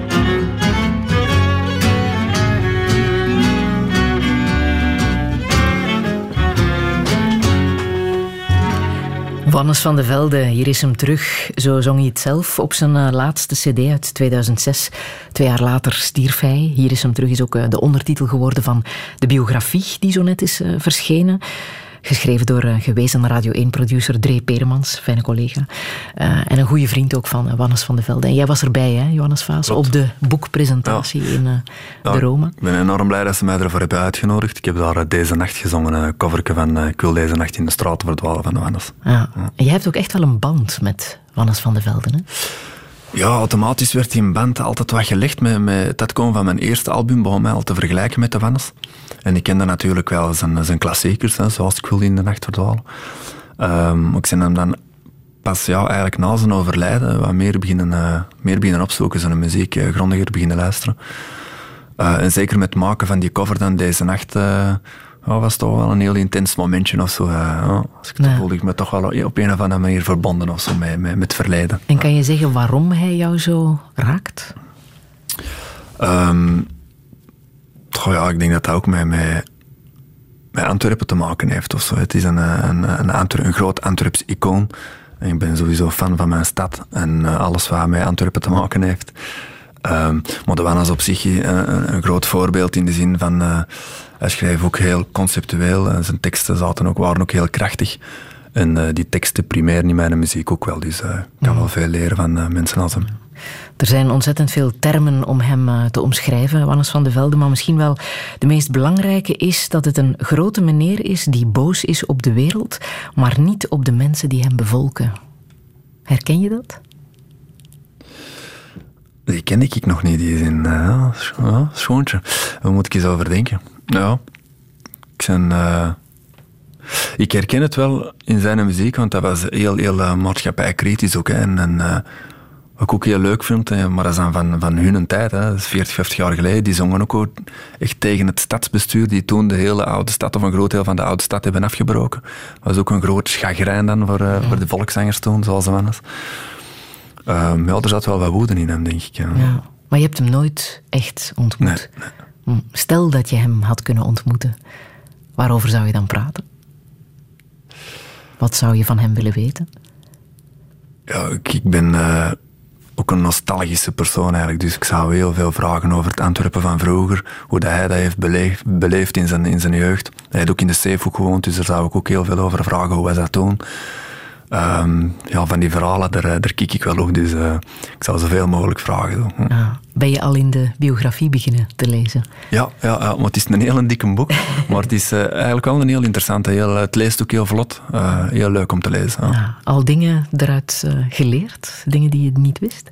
Wannes van de Velde, hier is hem terug. Zo zong hij het zelf op zijn uh, laatste cd uit tweeduizend zes. Twee jaar later stierf hij. Hier is hem terug is ook uh, de ondertitel geworden van de biografie die zo net is uh, verschenen. Geschreven door uh, gewezen Radio één-producer Dree Peremans, fijne collega. Uh, en een goede vriend ook van uh, Wannes van de Velde. En jij was erbij, hè, Johannes Vaas, Klopt. op de boekpresentatie ja. in uh, ja, de Roma. Ik ben enorm blij dat ze mij ervoor hebben uitgenodigd. Ik heb daar uh, Deze Nacht gezongen, een coverke van uh, Ik wil deze nacht in de straten verdwalen van de Wannes. Ja. Ja. En jij hebt ook echt wel een band met Wannes van de Velde, hè? Ja, automatisch werd die band altijd wat gelegd. Met, met dat komen van mijn eerste album begon mij al te vergelijken met de Wannes. En ik kende natuurlijk wel zijn, zijn klassiekers, hè, zoals Ik wil in de nacht verdwalen. Um, ik ben hem dan pas ja, eigenlijk na zijn overlijden wat meer beginnen, uh, meer beginnen opzoeken, zijn muziek uh, grondiger beginnen luisteren. Uh, en zeker met het maken van die cover dan Deze Nacht... Uh, Oh, was toch wel een heel intens momentje of zo. Uh, oh, als ik ja. voelde ik me toch wel op een of andere manier verbonden of zo met, met, met het verleden. En kan je zeggen waarom hij jou zo raakt? Um, goh, ja, ik denk dat dat ook met, met, met Antwerpen te maken heeft of zo. Het is een, een, een, Antwer- een groot Antwerps icoon. En ik ben sowieso fan van mijn stad en uh, alles wat met Antwerpen te maken heeft. Um, maar de Wannes op zich uh, een, een groot voorbeeld in de zin van... Uh, hij schreef ook heel conceptueel en zijn teksten zaten ook, waren ook heel krachtig. En uh, die teksten primeren in mijn muziek ook wel. Dus uh, ik kan wel veel leren van uh, mensen als hem. Er zijn ontzettend veel termen om hem uh, te omschrijven, Wannes van de Velde. Maar misschien wel de meest belangrijke is dat het een grote meneer is die boos is op de wereld, maar niet op de mensen die hem bevolken. Herken je dat? Die ken ik nog niet, die zin. Uh, ja, schoontje. Daar moet ik eens over denken. Ja, ik, zijn, uh, ik herken het wel in zijn muziek, want dat was heel, heel uh, maatschappijkritisch ook. Hè. En, en uh, wat ik ook heel leuk vind, hè, maar dat is dan van, van hun tijd, hè, dat is veertig, vijftig jaar geleden, die zongen ook echt tegen het stadsbestuur, die toen de hele oude stad, of een groot deel van de oude stad, hebben afgebroken. Dat was ook een groot chagrijn dan voor, uh, voor de volkszangers toen, zoals de Wannes. Um, ja, er zat wel wat woede in hem, denk ik. Ja. Ja, maar je hebt hem nooit echt ontmoet. Nee, nee. Stel dat je hem had kunnen ontmoeten. Waarover zou je dan praten? Wat zou je van hem willen weten? Ja, ik, ik ben uh, ook een nostalgische persoon eigenlijk. Dus ik zou heel veel vragen over het Antwerpen van vroeger. Hoe dat hij dat heeft beleefd, beleefd in, zijn, in zijn jeugd. Hij heeft ook in de Zeehoek gewoond, dus daar zou ik ook heel veel over vragen. Hoe was dat toen? Um, ja, van die verhalen, daar, daar kijk ik wel op. Dus uh, ik zou zoveel mogelijk vragen doen. Hm. Ah, ben je al in de biografie beginnen te lezen? Ja, ja, ja, maar het is een heel dikke boek. Maar het is uh, eigenlijk wel een heel interessante. Heel, het leest ook heel vlot. Uh, heel leuk om te lezen. Ja. Ah, al dingen eruit uh, geleerd? Dingen die je niet wist?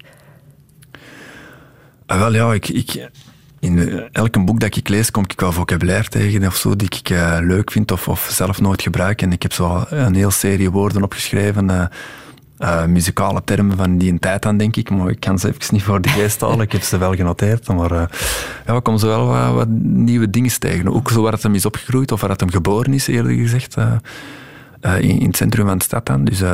Uh, wel ja, ik... ik in uh, elk boek dat ik lees, kom ik wel vocabulaire tegen of zo, die ik uh, leuk vind of, of zelf nooit gebruik. En ik heb zo een hele serie woorden opgeschreven, uh, uh, muzikale termen van die een tijd aan, denk ik. Maar ik kan ze even niet voor de geest halen. Ik heb ze wel genoteerd. Maar uh, ja, ik kom zo wel wat, wat nieuwe dingen tegen. Ook zo waar het hem is opgegroeid of waar het hem geboren is, eerder gezegd. Uh, uh, in, in het centrum van de stad dan. Dus uh,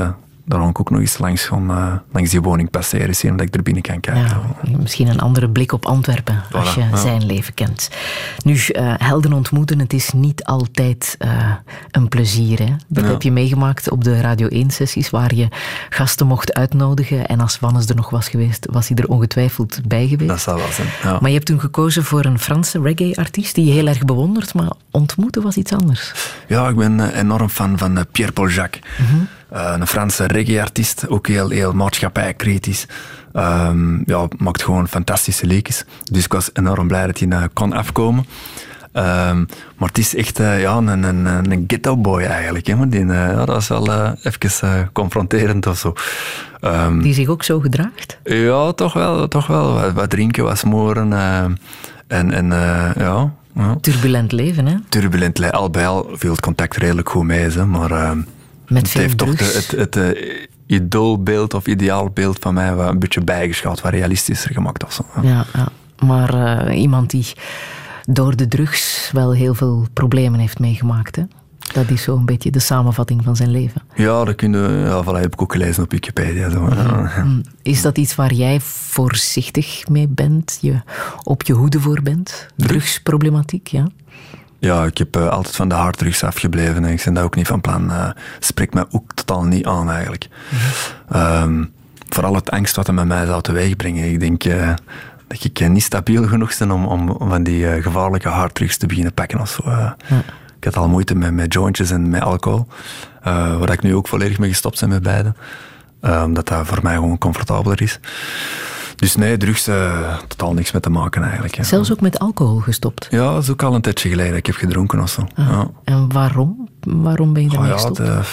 daar ga ik ook nog eens langs, gaan, uh, langs die woning passeren, zien dat ik er binnen kan kijken. Ja, misschien een andere blik op Antwerpen, voilà, als je ja. zijn leven kent. Nu, uh, helden ontmoeten, het is niet altijd uh, een plezier. Hè? Dat ja. heb je meegemaakt op de Radio één-sessies, waar je gasten mocht uitnodigen. En als Wannes er nog was geweest, was hij er ongetwijfeld bij geweest. Dat zou wel zijn, ja. Maar je hebt toen gekozen voor een Franse reggae-artiest die je heel erg bewondert, maar ontmoeten was iets anders. Ja, ik ben uh, enorm fan van uh, Pierre-Paul Jacques. Mm-hmm. Uh, een Franse reggae-artiest, ook heel, heel maatschappijkritisch. Um, ja, maakt gewoon fantastische liedjes. Dus ik was enorm blij dat hij uh, kon afkomen. Um, maar het is echt uh, ja, een, een, een ghetto-boy eigenlijk. Hè, maar die, uh, ja, dat was wel uh, even uh, confronterend of zo. Um, die zich ook zo gedraagt? Ja, toch wel. Toch wel. Wat, wat drinken, wat smoren. Uh, en en uh, ja, ja. Turbulent leven, hè? Turbulent leven. Al bij al viel het contact redelijk goed mee. Hè, maar uh, Met het veel heeft drugs. toch de, het, het uh, idoolbeeld of ideaalbeeld van mij wat een beetje bijgeschaald, wat realistischer gemaakt of zo. Ja, ja. Maar uh, iemand die door de drugs wel heel veel problemen heeft meegemaakt, hè? Dat is zo'n beetje de samenvatting van zijn leven. Ja, dat kun je, ja, voilà, heb ik ook gelezen op Wikipedia. Zo. Mm. Is dat iets waar jij voorzichtig mee bent? Je op je hoede voor bent? Drugsproblematiek, ja? Ja, ik heb uh, altijd van de harddrugs afgebleven. En ik ben daar ook niet van plan. Uh, spreekt mij ook totaal niet aan, eigenlijk. Mm-hmm. Um, vooral het angst wat het met mij zou teweegbrengen. Ik denk uh, dat ik uh, niet stabiel genoeg ben om, om, om van die uh, gevaarlijke harddrugs te beginnen pakken. Of zo. Uh, ja. Ik had al moeite met, met jointjes en met alcohol. Uh, waar ik nu ook volledig mee gestopt ben met beide. Uh, omdat dat voor mij gewoon comfortabeler is. Dus nee, drugs, uh, totaal niks mee te maken eigenlijk. Ja. Zelfs ook met alcohol gestopt? Ja, dat is ook al een tijdje geleden dat ik heb gedronken of zo. Ah, ja. En waarom? Waarom ben je daarmee oh, ja, gestopt? De,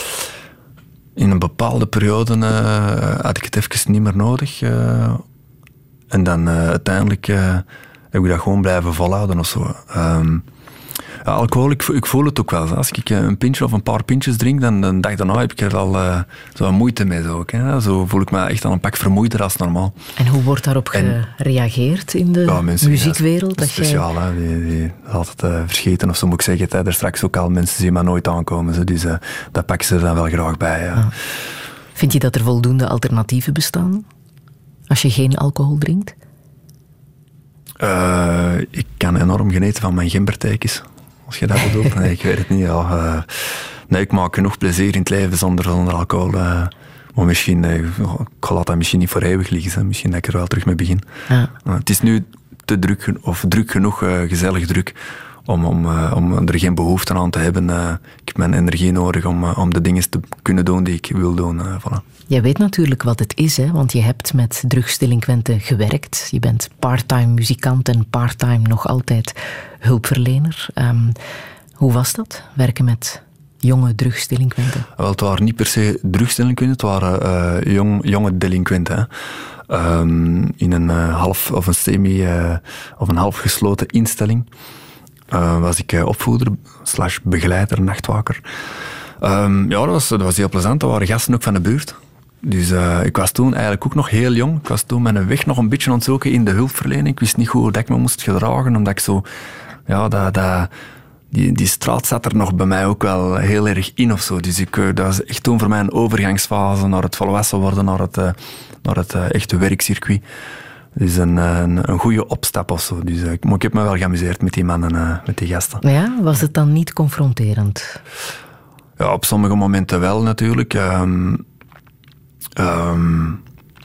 in een bepaalde periode uh, had ik het even niet meer nodig. Uh, en dan uh, uiteindelijk uh, heb ik dat gewoon blijven volhouden of zo. Um, Ja, alcohol, ik, ik voel het ook wel. Als ik een pintje of een paar pintjes drink, dan, dan dag daarna heb ik er al uh, zo moeite mee. Zo, ook, hè. Zo voel ik me echt al een pak vermoeider als normaal. En hoe wordt daarop en, gereageerd in de ja, mensen, muziekwereld? Dat is speciaal, jij... hè. Die, die altijd uh, verscheten of zo moet ik zeggen. Het, er straks ook al mensen zien maar nooit aankomen. Zo, dus uh, dat pakken ze er dan wel graag bij. Ja. Ah. Vind je dat er voldoende alternatieven bestaan? Als je geen alcohol drinkt? Uh, ik kan enorm genieten van mijn gembertheekjes. Als je dat bedoelt. Nee, ik weet het niet. Ja. Uh, nee, ik maak genoeg plezier in het leven zonder, zonder alcohol. Uh, maar misschien, uh, ik laat dat misschien niet voor eeuwig liggen. Hè. Misschien dat ik er wel terug mee begin. Ja. Uh, het is nu te druk, of druk genoeg, uh, gezellig druk, om, om, uh, om er geen behoefte aan te hebben. Uh, ik heb mijn energie nodig om, uh, om de dingen te kunnen doen die ik wil doen. Uh, voilà. Jij weet natuurlijk wat het is, hè? Want je hebt met drugsdelinquenten gewerkt. Je bent parttime muzikant en parttime nog altijd hulpverlener. Um, hoe was dat, werken met jonge drugsdelinquenten? Wel, het waren niet per se drugsdelinquenten, het waren uh, jong, jonge delinquenten. Hè. Um, in een uh, half of een semi uh, of een half gesloten instelling uh, was ik uh, opvoeder slash begeleider, nachtwaker. Um, ja, dat was, dat was heel plezant. Dat waren gasten ook van de buurt. Dus uh, ik was toen eigenlijk ook nog heel jong. Ik was toen mijn weg nog een beetje aan het zoeken in de hulpverlening. Ik wist niet goed hoe dat ik me moest gedragen, omdat ik zo... Ja, dat, dat, die, die straat zat er nog bij mij ook wel heel erg in of zo. Dus ik, dat was echt toen voor mij een overgangsfase naar het volwassen worden, naar het, uh, naar het uh, echte werkcircuit. Dus een, een, een goede opstap of zo. Dus, uh, ik, maar ik heb me wel geamuseerd met die mannen, uh, met die gasten. Ja, was het dan niet confronterend? Ja, op sommige momenten wel natuurlijk. Um, um,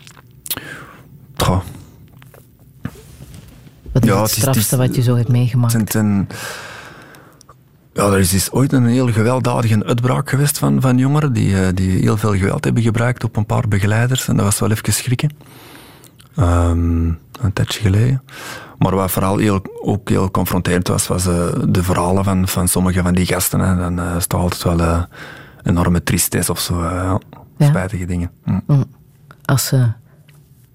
Wat is ja, het strafste wat je zo hebt meegemaakt? Het, het, ja, er is dus ooit een heel gewelddadige uitbraak geweest van, van jongeren die, die heel veel geweld hebben gebruikt op een paar begeleiders. En dat was wel even schrikken. Um, een tijdje geleden. Maar wat vooral heel, ook heel confronterend was, was uh, de verhalen van, van sommige van die gasten. Hè. Dan uh, is toch altijd wel uh, enorme tristesse of zo. Uh, ja. Spijtige dingen. Mm. Mm. Als ze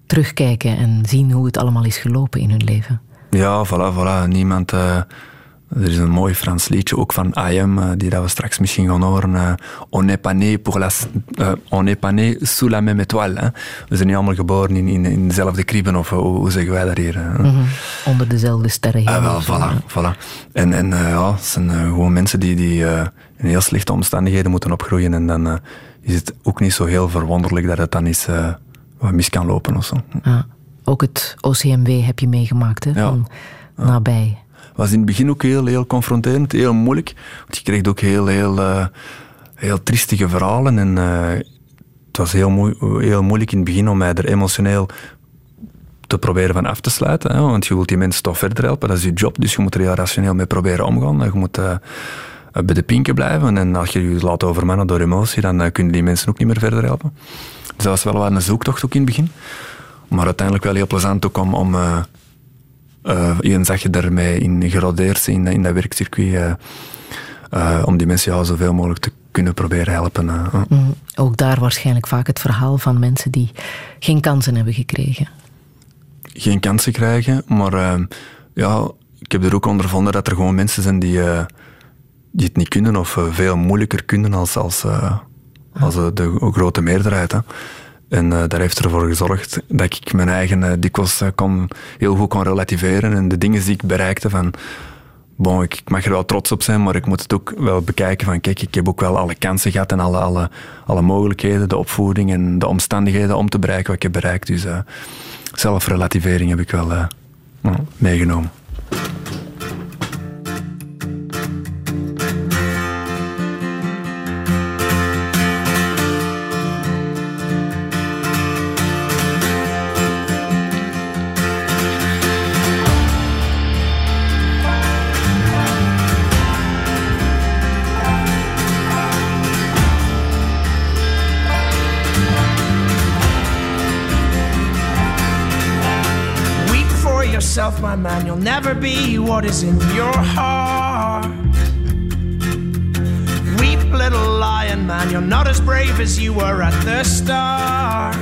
terugkijken en zien hoe het allemaal is gelopen in hun leven. Ja, voilà, voilà. Niemand, uh, Er is een mooi Frans liedje, ook van I M, uh, die dat we straks misschien gaan horen. Uh, on n'est pas né pour la, uh, on n'est pas né sous la même étoile. Hè? We zijn niet allemaal geboren in, in, in dezelfde kribben, of hoe, hoe zeggen wij dat hier? Uh? Mm-hmm. Onder dezelfde sterren. Uh, wel, voilà, voilà. En, en uh, ja, het zijn uh, gewoon mensen die, die uh, in heel slechte omstandigheden moeten opgroeien. En dan uh, is het ook niet zo heel verwonderlijk dat het dan eens uh, wat mis kan lopen of zo. Ah, ook het O C M W heb je meegemaakt, hè? Van ja. nabij. Het was in het begin ook heel, heel confronterend, heel moeilijk. Want je kreeg ook heel, heel, uh, heel triestige verhalen. En uh, het was heel, moe- heel moeilijk in het begin om mij er emotioneel te proberen van af te sluiten. Hè? Want je wilt die mensen toch verder helpen, dat is je job. Dus je moet er heel rationeel mee proberen omgaan. Je moet uh, bij de pinken blijven. En als je je laat overmannen door emotie, dan uh, kunnen die mensen ook niet meer verder helpen. Dus dat was wel wat een zoektocht ook in het begin. Maar uiteindelijk wel heel plezant ook om... om uh, Uh, je zag je daarmee in gerodeerd in, in dat werkcircuit uh, uh, om die mensen ja, zoveel mogelijk te kunnen proberen helpen. Uh. Mm, ook daar waarschijnlijk vaak het verhaal van mensen die geen kansen hebben gekregen. Geen kansen krijgen, maar uh, ja, ik heb er ook ondervonden dat er gewoon mensen zijn die, uh, die het niet kunnen of uh, veel moeilijker kunnen als, als, uh, als uh, de grote meerderheid. Hè. En uh, dat heeft ervoor gezorgd dat ik mijn eigen uh, dikwijls uh, kon, heel goed kon relativeren. En de dingen die ik bereikte van... Bon, ik, ik mag er wel trots op zijn, maar ik moet het ook wel bekijken van... Kijk, ik heb ook wel alle kansen gehad en alle, alle, alle mogelijkheden, de opvoeding en de omstandigheden om te bereiken wat ik heb bereikt. Dus uh, zelfrelativering heb ik wel uh, uh, meegenomen. My man, you'll never be what is in your heart. Weep, little lion man, you're not as brave as you were at the start.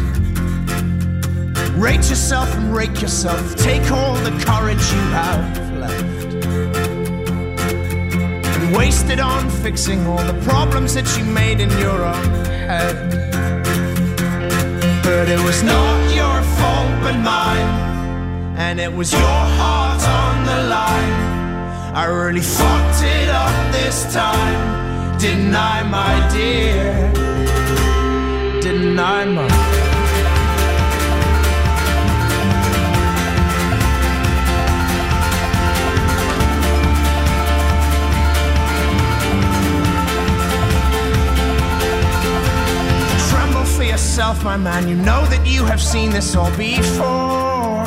Rate yourself and rake yourself, take all the courage you have left and waste it on fixing all the problems that you made in your own head. But it was not your fault but mine, and it was your heart on the line. I really fucked it up this time, didn't I, my dear? Didn't I, my Tremble for yourself, my man, you know that you have seen this all before.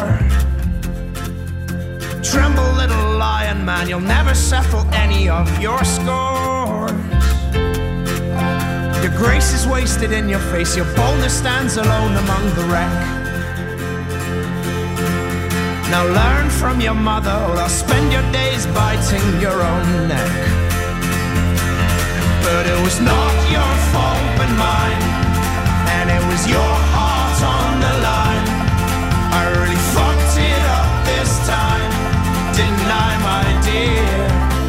Tremble, little lion man, you'll never settle any of your scores. Your grace is wasted in your face, your boldness stands alone among the wreck. Now learn from your mother, or I'll spend your days biting your own neck. But it was not your fault but mine, and it was your heart on the line. I really fucked it up this time, didn't I, my dear?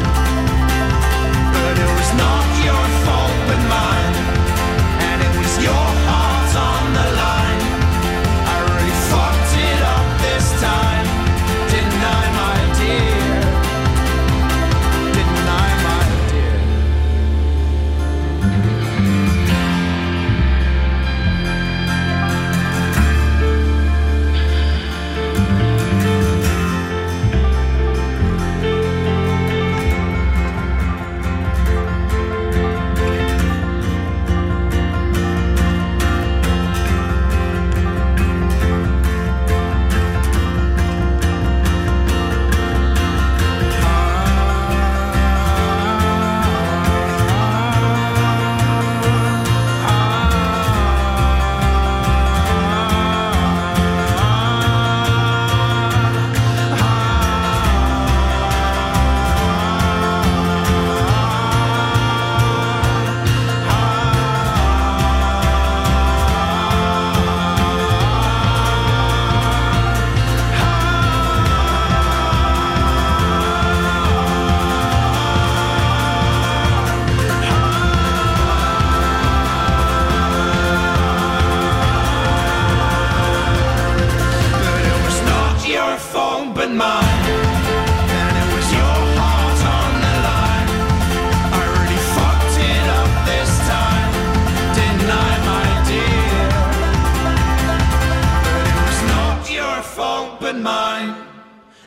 But it was not your fault but mine, and it was your heart on the line. I really fucked it up this time, didn't I, my dear? Didn't I, my dear?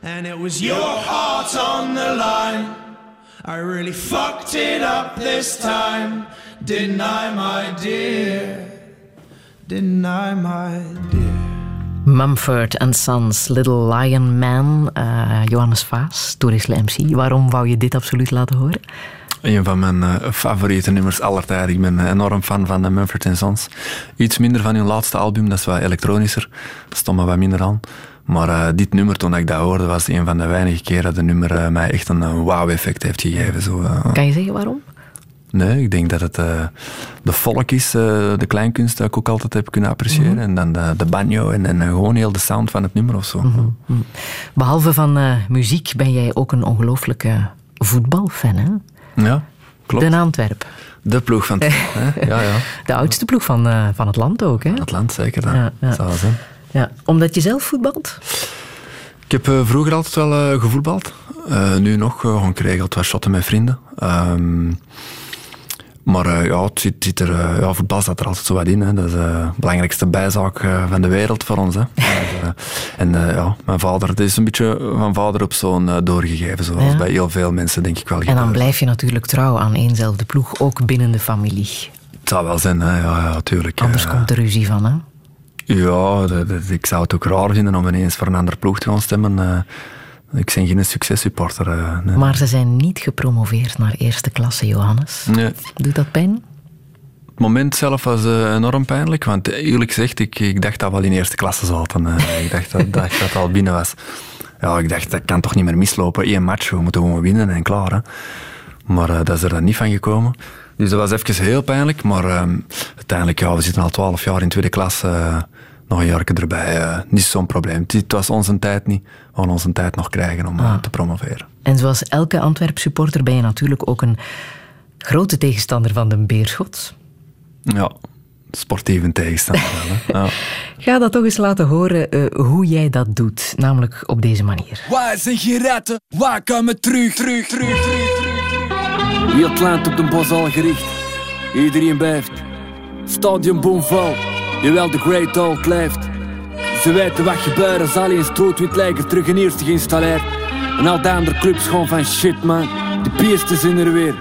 and it was your heart on the line. I really fucked it up this time, didn't I, my dear? Didn't I, my dear? Mumford and Sons, Little Lion Man, uh, Johannes Vaas, toerisme M C. Waarom wou je dit absoluut laten horen? Een van mijn uh, favoriete nummers aller tijden. Ik ben enorm fan van de Mumford and Sons. Iets minder van hun laatste album, dat is wat elektronischer. Dat stond me wat minder aan. Maar uh, dit nummer, toen ik dat hoorde, was een van de weinige keren dat het nummer uh, mij echt een uh, wow-effect heeft gegeven. Zo, uh, kan je zeggen waarom? Nee, ik denk dat het uh, de folk is, uh, de kleinkunst, dat ik ook altijd heb kunnen appreciëren. Mm-hmm. En dan de, de banjo en, en gewoon heel de sound van het nummer of zo. Mm-hmm. Behalve van uh, muziek ben jij ook een ongelooflijke voetbalfan, hè? Ja, klopt. Den Antwerp. De ploeg van het land, hè? Ja, ja. De oudste ploeg van, uh, van het land ook, hè? Het land, zeker. Dat ja, ja. zou zijn. Ja, omdat je zelf voetbalt? Ik heb uh, vroeger altijd wel uh, gevoetbald. Uh, nu nog, uh, gewoon geregeld wat shotten met vrienden. Um, maar uh, ja, het zit, zit er, uh, ja, voetbal staat er altijd zo wat in. Hè. Dat is uh, de belangrijkste bijzaak uh, van de wereld voor ons. Hè. uh, en uh, ja, mijn vader, het is een beetje van vader op zoon uh, doorgegeven. Zoals ja. bij heel veel mensen, denk ik wel. En dan blijf je natuurlijk trouw aan éénzelfde ploeg, ook binnen de familie. Het zou wel zijn, hè. Ja, ja, tuurlijk. Anders uh, komt er ruzie van, hè? Ja, de, de, ik zou het ook raar vinden om ineens voor een andere ploeg te gaan stemmen. Uh, ik ben geen successupporter. Uh, nee. Maar ze zijn niet gepromoveerd naar eerste klasse, Johannes. Nee. Doet dat pijn? Het moment zelf was uh, enorm pijnlijk, want eerlijk gezegd, ik, ik dacht dat we al in eerste klasse zaten. Uh, ik dacht dat, dat dat al binnen was. Ja, ik dacht, dat kan toch niet meer mislopen. Eén match, we moeten gewoon winnen en klaar. Hè. Maar uh, dat is er dan niet van gekomen. Dus dat was even heel pijnlijk, maar uh, uiteindelijk, ja, we zitten al twaalf jaar in tweede klas. Uh, nog een jaar erbij, uh, niet zo'n probleem. Het was onze tijd niet. We gaan onze tijd nog krijgen om ah. uh, te promoveren. En zoals elke Antwerp-supporter ben je natuurlijk ook een grote tegenstander van de Beerschot. Ja, sportieve tegenstander. Wel, ja. Ga dat toch eens laten horen uh, hoe jij dat doet. Namelijk op deze manier. Waar zijn geretten? Waar komen terug, terug, terug, terug, terug? Heel het land op de bos al gericht. Iedereen blijft. Stadion bomvol. Jawel, de Great Old blijft. Ze weten wat gebeurt als al eens rood-wit lijker terug in eerste geïnstalleerd. En al die andere clubs gewoon van shit, man. De beesten zijn er weer.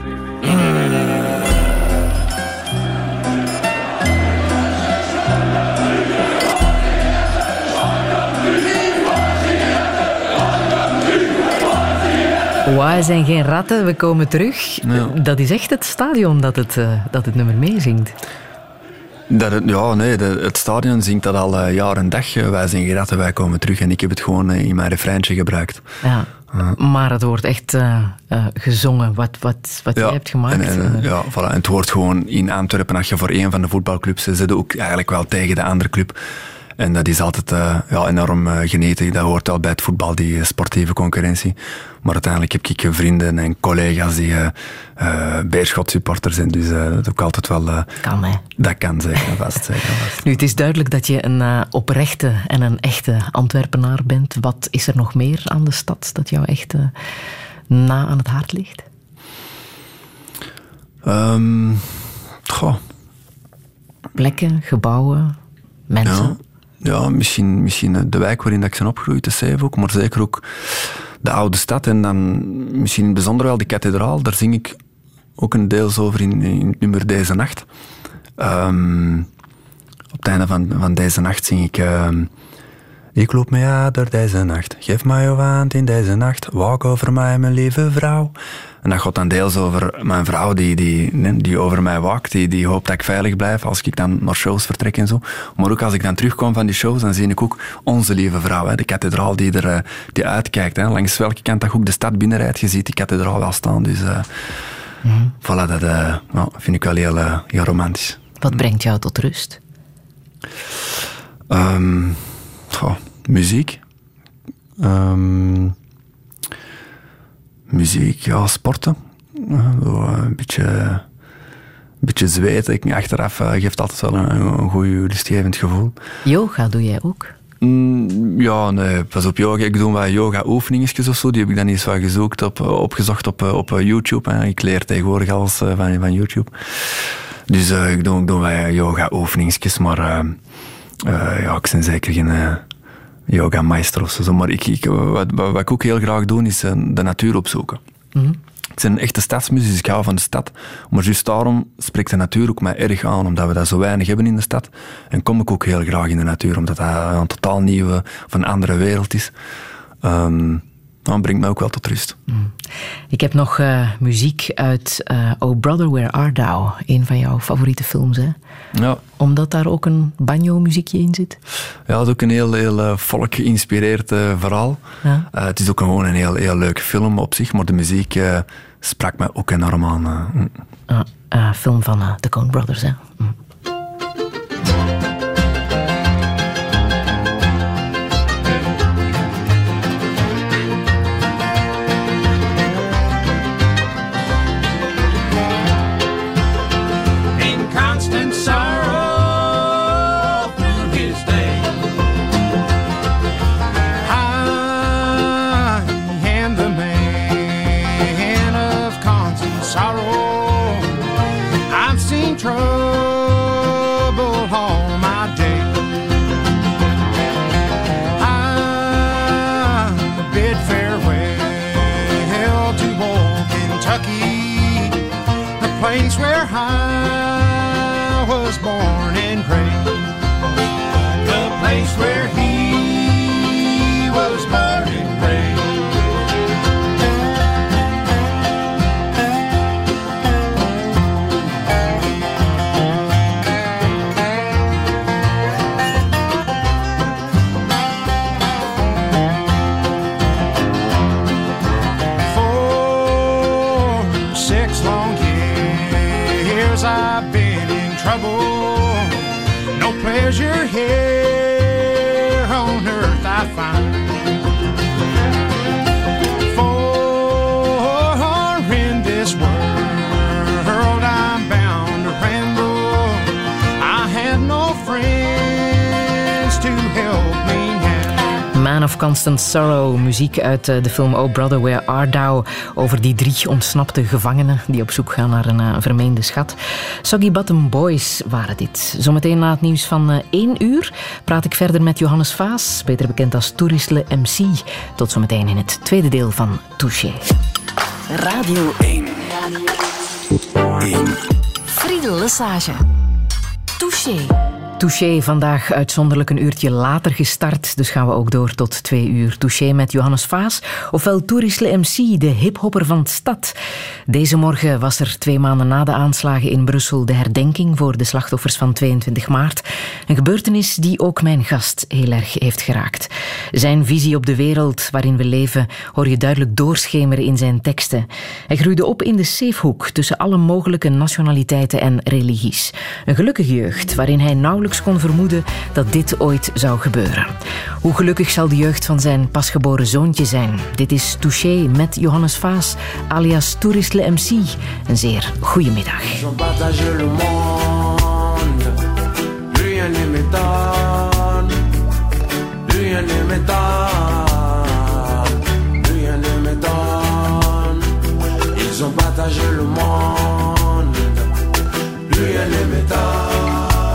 Wij zijn geen ratten, we komen terug. Ja. Dat is echt het stadion dat het, uh, dat het nummer meezingt. Dat het, ja, nee, de, het stadion zingt dat al uh, jaar en dag. Uh, wij zijn geen ratten, wij komen terug. En ik heb het gewoon uh, in mijn refreintje gebruikt. Ja, uh. Maar het wordt echt uh, uh, gezongen, wat, wat, wat ja, jij hebt gemaakt. En, en, uh, ja, voilà. En het wordt gewoon in Antwerpen, als je voor één van de voetbalclubs zit, zit ook eigenlijk wel tegen de andere club. En dat is altijd uh, ja, enorm uh, genieten. Dat hoort wel bij het voetbal, die uh, sportieve concurrentie. Maar uiteindelijk heb ik vrienden en collega's die uh, uh, Beerschot-supporters zijn. Dus uh, dat is ook altijd wel... Uh, kan, hè? Dat kan, zeker en vast, zeker en vast. Nu, het is duidelijk dat je een uh, oprechte en een echte Antwerpenaar bent. Wat is er nog meer aan de stad dat jou echt uh, na aan het hart ligt? Um, goh. Plekken, gebouwen, mensen... Ja. Ja, misschien, misschien de wijk waarin ik ben opgegroeid, de Zeef ook, maar zeker ook de oude stad. En dan misschien in het bijzonder wel de kathedraal. Daar zing ik ook een deels over in, in het nummer Deze Nacht. Um, op het einde van, van Deze Nacht zing ik... Um, ik loop mij uit door deze nacht. Geef mij je hand in deze nacht. Waak over mij, mijn lieve vrouw. En dat gaat dan deels over mijn vrouw die, die, die over mij waakt. Die, die hoopt dat ik veilig blijf als ik dan naar shows vertrek en zo. Maar ook als ik dan terugkom van die shows, dan zie ik ook onze lieve vrouw. Hè, de kathedraal die er die uitkijkt. Hè. Langs welke kant dat ook de stad binnenrijdt, je ziet die kathedraal wel staan. Dus uh, mm-hmm. voilà, dat uh, nou, vind ik wel heel, uh, heel romantisch. Wat brengt jou tot rust? Um, oh, muziek. Um, muziek, ja, sporten. Uh, een beetje, een beetje zweten. Ik, achteraf uh, geeft altijd wel een, een goed rustgevend gevoel. Yoga doe jij ook? Mm, ja, nee, pas op yoga. Ik doe wat yoga-oefeningetjes of zo. Die heb ik dan eens wat gezocht op, opgezocht op, op YouTube. Hè. Ik leer tegenwoordig alles uh, van, van YouTube. Dus uh, ik doe, ik doe wat yoga-oefeningetjes, maar uh, uh, ja, ik ben zeker geen... Uh, yoga maestros. Zo. Maar ik, ik, wat, wat ik ook heel graag doe, is de natuur opzoeken. Mm-hmm. Ik ben een echte stadsmuziek, dus ik hou van de stad. Maar juist daarom spreekt de natuur ook mij erg aan, omdat we dat zo weinig hebben in de stad. En kom ik ook heel graag in de natuur, omdat dat een totaal nieuwe, of een andere wereld is. Um, dat brengt mij ook wel tot rust. Mm. Ik heb nog uh, muziek uit uh, Oh Brother, Where Art Thou? Een van jouw favoriete films, hè? Ja. Omdat daar ook een banjo-muziekje in zit? Ja, dat is ook een heel, heel uh, volk geïnspireerd uh, verhaal. Ja. Uh, het is ook gewoon een heel, heel leuke film op zich, maar de muziek uh, sprak mij ook enorm aan. Uh. Mm. Uh, uh, film van uh, de Coen Brothers, hè? Mm. Of Constant Sorrow, muziek uit de film Oh Brother, Where Art Thou? Over die drie ontsnapte gevangenen die op zoek gaan naar een uh, vermeende schat. Soggy Bottom Boys waren dit. Zometeen na het nieuws van uh, één uur praat ik verder met Johannes Vaas, beter bekend als Toerisle M C. Tot zometeen in het tweede deel van Touché. Radio één. één. Friedel Lesage. Touché. Touché, vandaag uitzonderlijk een uurtje later gestart, dus gaan we ook door tot twee uur. Touché met Johannes Vaas, ofwel Toerisle M C, de hiphopper van de stad. Deze morgen was er twee maanden na de aanslagen in Brussel de herdenking voor de slachtoffers van tweeëntwintig maart. Een gebeurtenis die ook mijn gast heel erg heeft geraakt. Zijn visie op de wereld waarin we leven hoor je duidelijk doorschemeren in zijn teksten. Hij groeide op in de Zeefhoek tussen alle mogelijke nationaliteiten en religies. Een gelukkige jeugd waarin hij nauwelijks kon vermoeden dat dit ooit zou gebeuren. Hoe gelukkig zal de jeugd van zijn pasgeboren zoontje zijn? Dit is Touché met Johannes Vaas, alias Toerisle M C. Een zeer goede middag. Ils ont partagé le monde, rien ne m'étonne.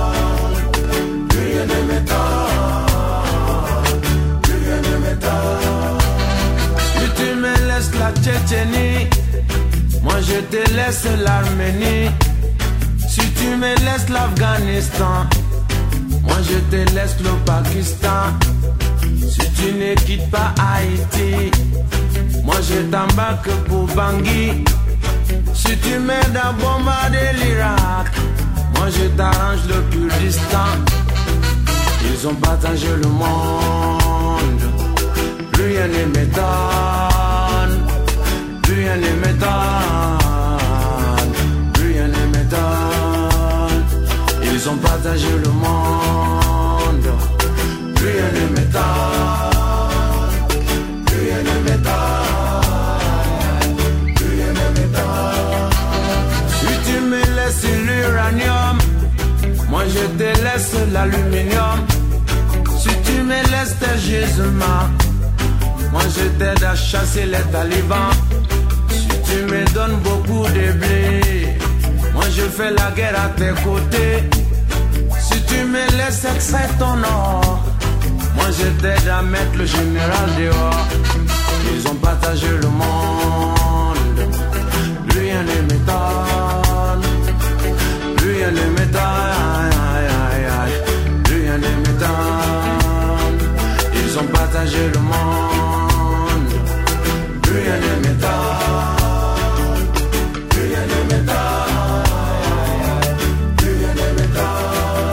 Rien ne m'étonne, rien ne m'étonne. Si tu me laisses la Tchétchénie, moi je te laisse l'Arménie. Si tu me laisses l'Afghanistan, moi je te laisse le Pakistan. Si tu ne quittes pas Haïti, moi je t'embarque pour Bangui. Si tu m'aides à bombarder l'Irak, moi je t'arrange le Kurdistan. Ils ont partagé le monde, rien ne m'étonne, rien ne m'étonne, rien ne m'étonne. Ils ont partagé le monde, rien ne m'étonne, rien ne m'étonne, rien ne m'étonne. Si tu me laisses l'uranium, moi je te laisse l'aluminium. Si tu me laisses tes gisements, moi je t'aide à chasser les talibans. Si tu me donnes beaucoup de blé, moi je fais la guerre à tes côtés. Si tu me laisses extraire ton or, Moi j'étais jamais le général dehors. Ils ont partagé le monde. Plus rien ne m'étonne. Plus rien ne m'étonne. Plus rien ne m'étonne. Ils ont partagé le monde. Plus rien ne m'étonne. Plus rien ne m'étonne. Plus rien ne m'étonne.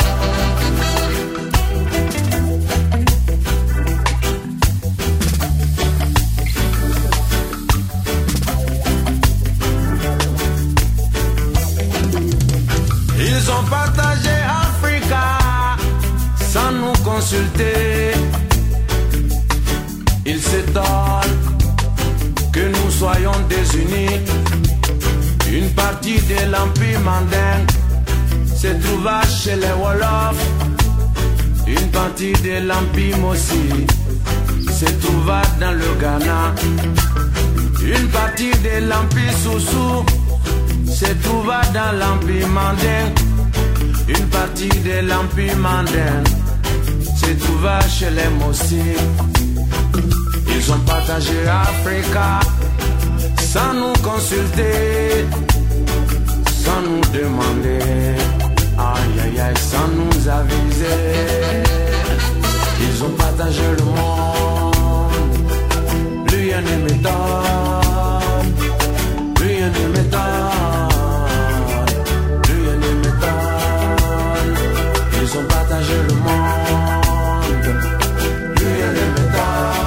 Ils ont partagé Africa sans nous consulter. Ils s'étonnent que nous soyons désunis. Une partie de l'Empire mandingue se trouva chez les Wolofs. Une partie de l'Empire Mossi se trouva dans le Ghana. Une partie de l'Empire Soussou se trouva dans l'Empire mandingue. Une partie de l'Empire mandingue se trouva chez les Mossi. Ils ont partagé Africa sans nous consulter, sans nous demander, aïe aïe aïe, sans nous aviser. Ils ont partagé le monde, plus rien ne m'étonne, plus rien ne m'étonne, plus rien ne m'étonne. Ils ont partagé le monde, plus rien ne m'étonne.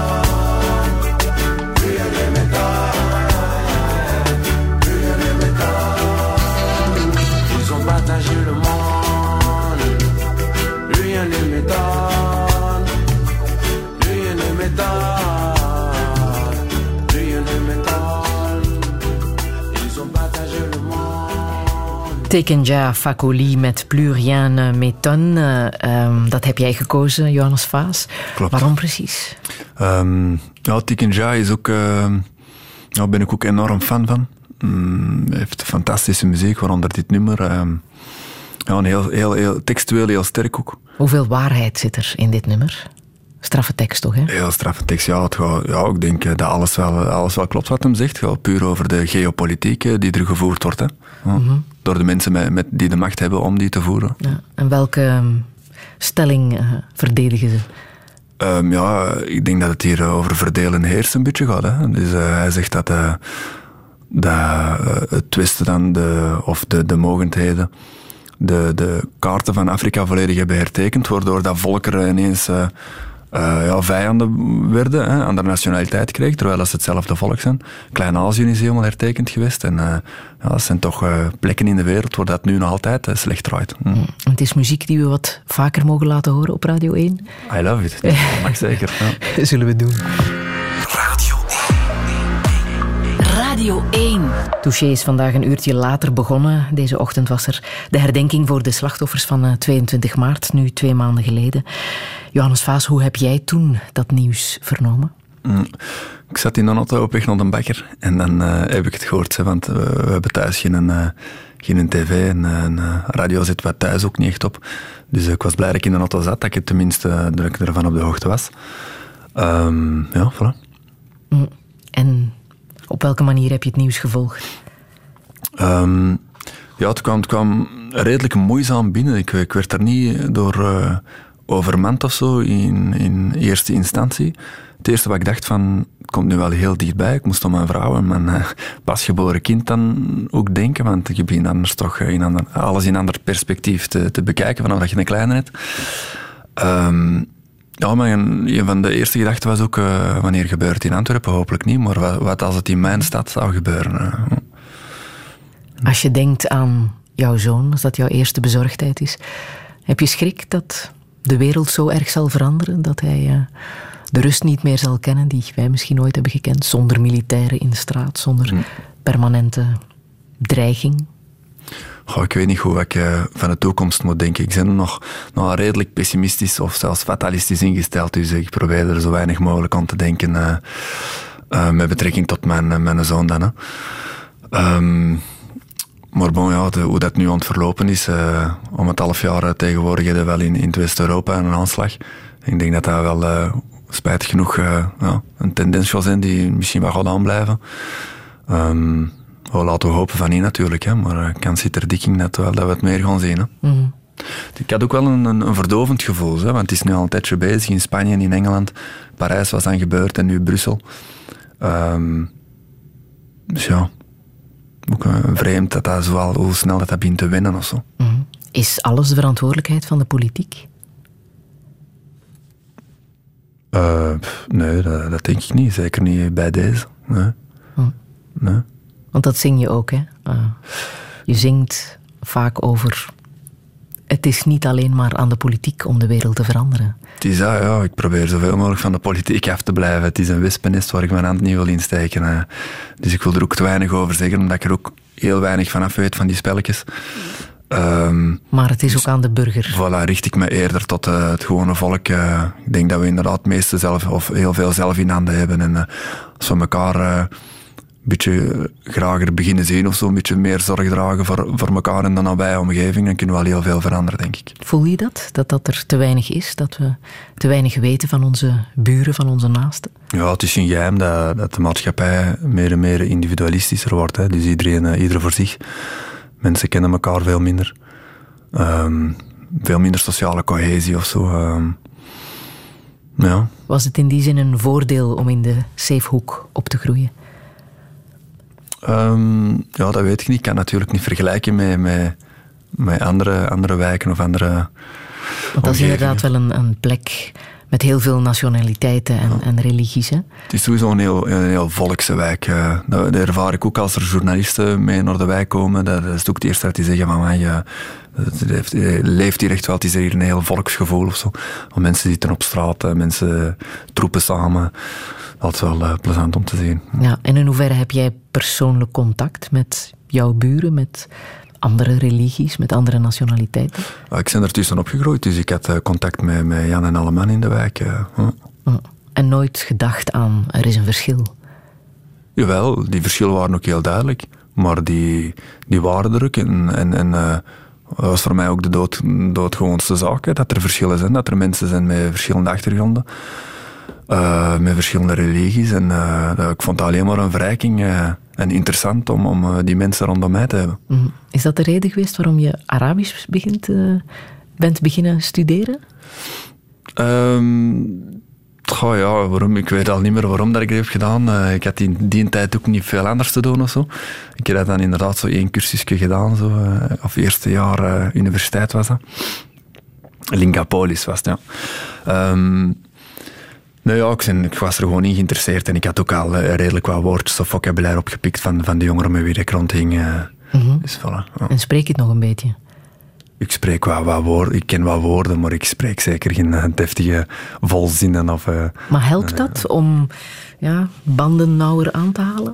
Partager le monde, rien ne m'étonne, rien ne m'étonne, rien ne m'étonne. Ils ont partagé le monde. Tekenja Fakoli met Plus rien ne m'étonne. Um, dat heb jij gekozen, Johannes Vaas. Klopt. Waarom precies? Um, ja, Tekenja is ook, uh, ja, ben ik ook enorm fan van. Mm, hij heeft fantastische muziek, waaronder dit nummer. Um, ja, een heel, heel, heel textueel, heel sterk ook. Hoeveel waarheid zit er in dit nummer? Straffe tekst toch, hè? Heel straffe tekst, ja. Het gaat, ja ik denk dat alles wel, alles wel klopt wat hem zegt. Het gaat puur over de geopolitiek die er gevoerd wordt. Hè. Ja, mm-hmm. Door de mensen met, met, die de macht hebben om die te voeren. Ja, en welke um, stelling uh, verdedigen ze? Um, ja, ik denk dat het hier over verdelen heerst een beetje gaat. Hè. Dus uh, hij zegt dat... Uh, dat uh, het Westen dan, de, of de, de mogendheden, de, de kaarten van Afrika volledig hebben hertekend, waardoor dat volkeren ineens uh, uh, ja, vijanden werden, hè, andere nationaliteit kregen, terwijl dat ze hetzelfde volk zijn. Klein-Azië is helemaal hertekend geweest en uh, ja, dat zijn toch uh, plekken in de wereld waar dat nu nog altijd uh, slecht draait. Hm. Mm. Het is muziek die we wat vaker mogen laten horen op Radio één. I love it, dat mag zeker. Ja. Zullen we doen. Radio Radio één. Touché is vandaag een uurtje later begonnen. Deze ochtend was er de herdenking voor de slachtoffers van tweeëntwintig maart, nu twee maanden geleden. Johannes Vaas, hoe heb jij toen dat nieuws vernomen? Mm. Ik zat in een auto op weg naar de bakker en dan uh, heb ik het gehoord, hè, want uh, we hebben thuis geen, uh, geen tv en uh, radio zit wat thuis ook niet echt op. Dus uh, ik was blij dat ik in de auto zat, dat ik tenminste uh, dat ik ervan op de hoogte was. Um, ja, voilà. Mm. En op welke manier heb je het nieuws gevolgd? Um, ja, het kwam, het kwam redelijk moeizaam binnen. Ik, ik werd er niet door uh, overmand of zo in, in eerste instantie. Het eerste wat ik dacht van, het komt nu wel heel dichtbij. Ik moest aan mijn vrouw en mijn uh, pasgeboren kind dan ook denken, want je begint anders toch in ander, alles in een ander perspectief te, te bekijken vanaf dat je een kleine hebt. Um, Ja, maar een, een van de eerste gedachten was ook, uh, wanneer gebeurt het in Antwerpen? Hopelijk niet, maar wat, wat als het in mijn stad zou gebeuren? Uh. Als je denkt aan jouw zoon, als dat jouw eerste bezorgdheid is, heb je schrik dat de wereld zo erg zal veranderen, dat hij uh, de rust niet meer zal kennen die wij misschien ooit hebben gekend, zonder militairen in de straat, zonder mm. permanente dreiging? Goh, ik weet niet hoe ik uh, van de toekomst moet denken. Ik ben nog, nog redelijk pessimistisch of zelfs fatalistisch ingesteld. Dus ik probeer er zo weinig mogelijk aan te denken uh, uh, met betrekking tot mijn, uh, mijn zoon dan. Hè. Um, maar bon, ja, de, hoe dat nu aan het verlopen is, uh, om het half jaar uh, tegenwoordig hebben we wel in, in West-Europa een aanslag. Ik denk dat dat wel, uh, spijtig genoeg, uh, ja, een tendens zal zijn die misschien wel gaat aanblijven. Um, we laten we hopen van niet natuurlijk, hè, maar de kans zit er dik in dat, dat we het meer gaan zien. Hè. Mm. Ik had ook wel een, een, een verdovend gevoel, hè, want het is nu al een tijdje bezig in Spanje en in Engeland. Parijs was dan gebeurd en nu Brussel. Um, dus ja, ook uh, vreemd dat dat zo, hoe snel dat, dat begint te winnen of zo. Mm. Is alles de verantwoordelijkheid van de politiek? Uh, nee, dat, dat denk ik niet. Zeker niet bij deze. Nee. Hm. Nee. Want dat zing je ook, hè? Uh, je zingt vaak over... Het is niet alleen maar aan de politiek om de wereld te veranderen. Het is dat, ja. Ik probeer zoveel mogelijk van de politiek af te blijven. Het is een wespennest waar ik mijn hand niet wil insteken. Hè. Dus ik wil er ook te weinig over zeggen, omdat ik er ook heel weinig van af weet van die spelletjes. Um, maar het is dus ook aan de burger. Voilà, richt ik me eerder tot uh, het gewone volk. Uh, ik denk dat we inderdaad het meeste zelf, of heel veel zelf in handen hebben. En uh, als we elkaar uh, een beetje grager beginnen zien of zo, een beetje meer zorg dragen voor, voor elkaar en de nabije omgeving, dan kunnen we wel heel veel veranderen, denk ik. Voel je dat? Dat dat er te weinig is? Dat we te weinig weten van onze buren, van onze naasten? Ja, het is geen geheim dat, dat de maatschappij meer en meer individualistischer wordt. Hè. Dus iedereen, uh, ieder voor zich. Mensen kennen elkaar veel minder. Um, veel minder sociale cohesie of zo. Um, ja. Was het in die zin een voordeel om in de safehoek op te groeien? Um, ja, dat weet ik niet. Ik kan natuurlijk niet vergelijken met, met, met andere, andere wijken of andere Want dat is inderdaad wel een, een plek met heel veel nationaliteiten en, ja. en religies. Hè? Het is sowieso een heel, een heel volkse wijk. Uh, dat, dat ervaar ik ook als er journalisten mee naar de wijk komen. Dat, dat is ook het eerste dat die zeggen van mij. Uh, het, het, het leeft hier echt wel. Het is hier een heel volksgevoel of zo. Want mensen zitten op straat, uh, mensen troepen samen. Dat is wel uh, plezant om te zien. Ja, en in hoeverre heb jij persoonlijk contact met jouw buren, met andere religies, met andere nationaliteiten? Ik ben ertussen opgegroeid, dus ik had uh, contact met, met Jan en alle man in de wijk. Uh, huh. En nooit gedacht aan, er is een verschil? Jawel, die verschillen waren ook heel duidelijk. Maar die, die waren er ook. En, en, en uh, dat was voor mij ook de dood, doodgewoonste zaak, hè, dat er verschillen zijn. Dat er mensen zijn met verschillende achtergronden. Uh, met verschillende religies. En uh, ik vond het alleen maar een verrijking uh, en interessant om, om uh, die mensen rondom mij te hebben. Mm. Is dat de reden geweest waarom je Arabisch begint, uh, bent beginnen studeren? Um, goh, ja, waarom? Ik weet al niet meer waarom dat ik dat heb gedaan. Uh, ik had in die tijd ook niet veel anders te doen of zo. Ik heb dan inderdaad zo één cursusje gedaan. Zo, uh, of eerste jaar uh, universiteit was dat. Lingapolis was het, ja. Um, Nou ja, ik, zijn, ik was er gewoon in geïnteresseerd en ik had ook al uh, redelijk wat woordjes of vocabulaire opgepikt van, van de jongeren met wie ik rondhing. Uh, mm-hmm. Dus voilà. Ja. En spreek je het nog een beetje? Ik spreek wat, wat woorden, ik ken wat woorden, maar ik spreek zeker geen uh, deftige volzinnen. Of, uh, maar helpt dat uh, om ja, banden nauwer aan te halen?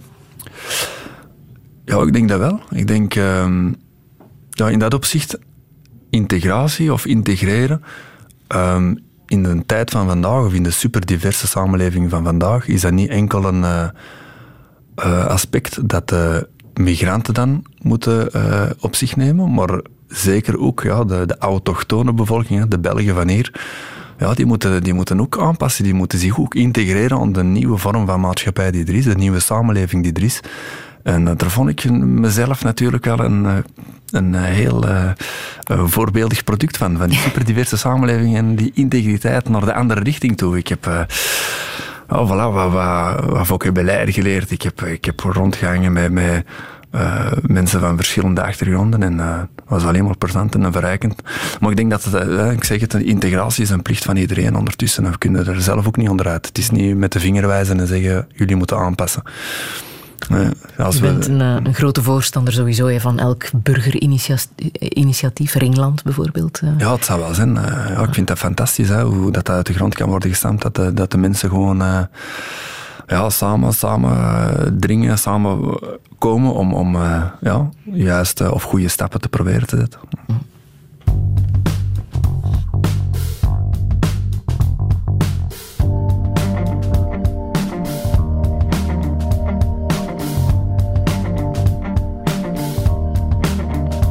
Ja, ik denk dat wel. Ik denk, uh, ja, in dat opzicht, integratie of integreren... Uh, in de tijd van vandaag, of in de superdiverse samenleving van vandaag, is dat niet enkel een uh, uh, aspect dat de migranten dan moeten uh, op zich nemen, maar zeker ook ja, de, de autochtone bevolking, de Belgen van hier, ja, die, moeten, die moeten ook aanpassen, die moeten zich ook integreren aan de nieuwe vorm van maatschappij die er is, de nieuwe samenleving die er is. En uh, daar vond ik mezelf natuurlijk wel een, uh, een uh, heel uh, uh, voorbeeldig product van. Van die superdiverse samenleving en die integriteit naar de andere richting toe. Ik heb uh, oh, voilà, wat, wat, wat vocabulaire geleerd. Ik heb, ik heb rondgehangen met, met uh, mensen van verschillende achtergronden. En uh, dat was alleen maar plezant en verrijkend. Maar ik denk dat, het, uh, ik zeg het, de integratie is een plicht van iedereen ondertussen. En we kunnen er zelf ook niet onderuit. Het is niet met de vinger wijzen en zeggen, jullie moeten aanpassen. Nee, als je bent we... een, een grote voorstander sowieso hè, van elk burgerinitiatief, Ringland bijvoorbeeld. Ja, het zou wel zijn. Ja, ik vind dat fantastisch, hè, hoe dat uit de grond kan worden gestampt. Dat de, dat de mensen gewoon uh, ja, samen, samen dringen, samen komen om, om uh, ja, juiste of goede stappen te proberen te zetten.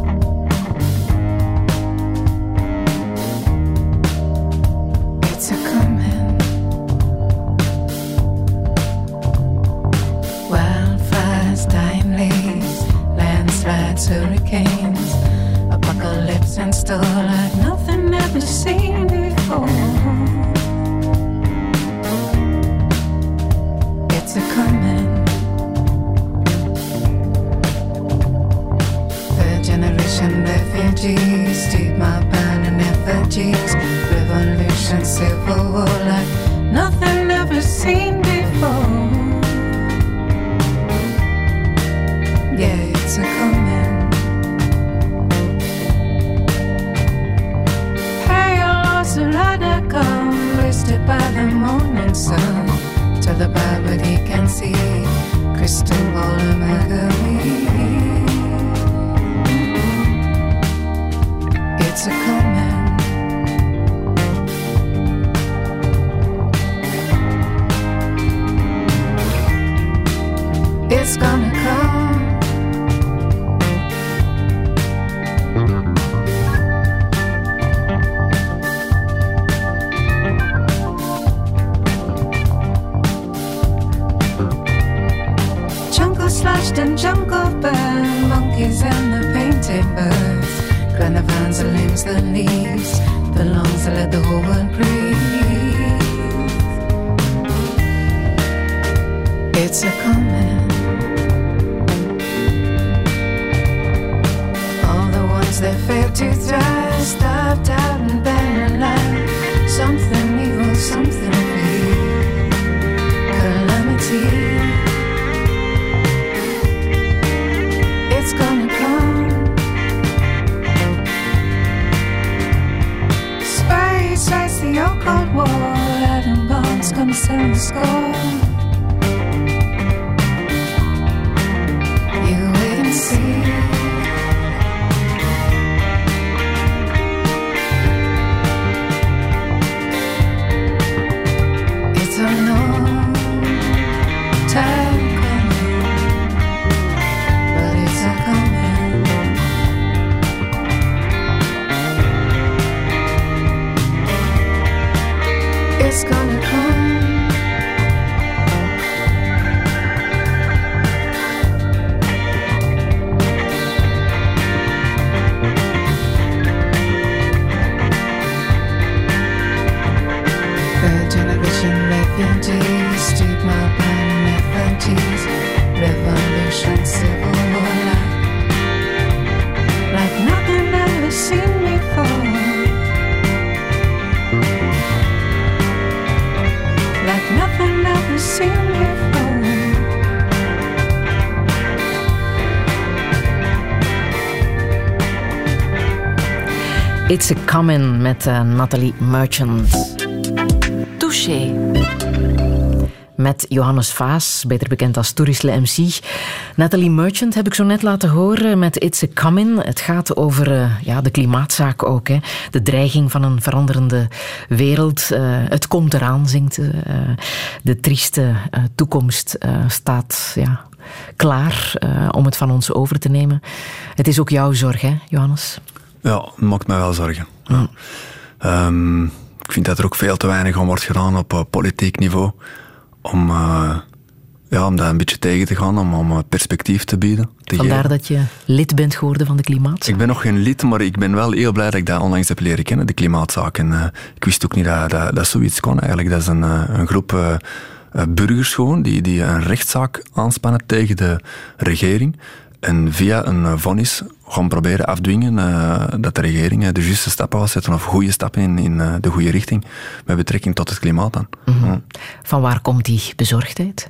It's a tides, hurricanes, apocalypse and still like nothing ever seen before. It's a coming. The generation refugees, deep my burning effigies, revolution, civil war like nothing ever seen before. Yeah, it's a coming. Hey, your lost radical, listed by the morning sun. To the bar, but he can see crystal ball and Marguerite. It's a coming. It's gonna come. Slashed and jungle burned, monkeys and the painted birds, granavans, the limbs, the leaves, the lungs that let the whole world breathe. It's a coming. All the ones that failed to thrive, starved out and barren alive. Something evil, something real, calamity. It's gonna come. Space, ice, the old Cold War, atom bombs gonna sell the score. You wait and see. It's a long time. It's gonna come. The generation refugees, street mob and refugees, revolution, civil war, like, like nothing ever seen before. Like nothing ever seen before. It's a Comin' met uh, Nathalie Merchant. Touché. Met Johannes Vaas, beter bekend als Toerisle M C. Nathalie Merchant heb ik zo net laten horen met It's a Comin'. Het gaat over uh, ja, de klimaatzaak ook. Hè. De dreiging van een veranderende wereld. Uh, het komt eraan, zingt uh, de trieste uh, toekomst uh, staat ja, klaar uh, om het van ons over te nemen. Het is ook jouw zorg, hè, Johannes? Ja, dat maakt mij wel zorgen. Ja. Um, ik vind dat er ook veel te weinig om wordt gedaan op uh, politiek niveau. Om, uh, ja, om dat een beetje tegen te gaan, om, om perspectief te bieden. Te Vandaar geven. dat je lid bent geworden van de klimaatzaak? Ik ben nog geen lid, maar ik ben wel heel blij dat ik dat onlangs heb leren kennen, de klimaatzaak. En uh, ik wist ook niet dat, dat, dat zoiets kon eigenlijk. Dat is een, uh, een groep uh, uh, burgers gewoon, die, die een rechtszaak aanspannen tegen de regering. En via een vonnis gaan proberen afdwingen uh, dat de regering uh, de juiste stappen gaat zetten, of goede stappen in, in uh, de goede richting, met betrekking tot het klimaat dan. Mm-hmm. Ja. Van waar komt die bezorgdheid?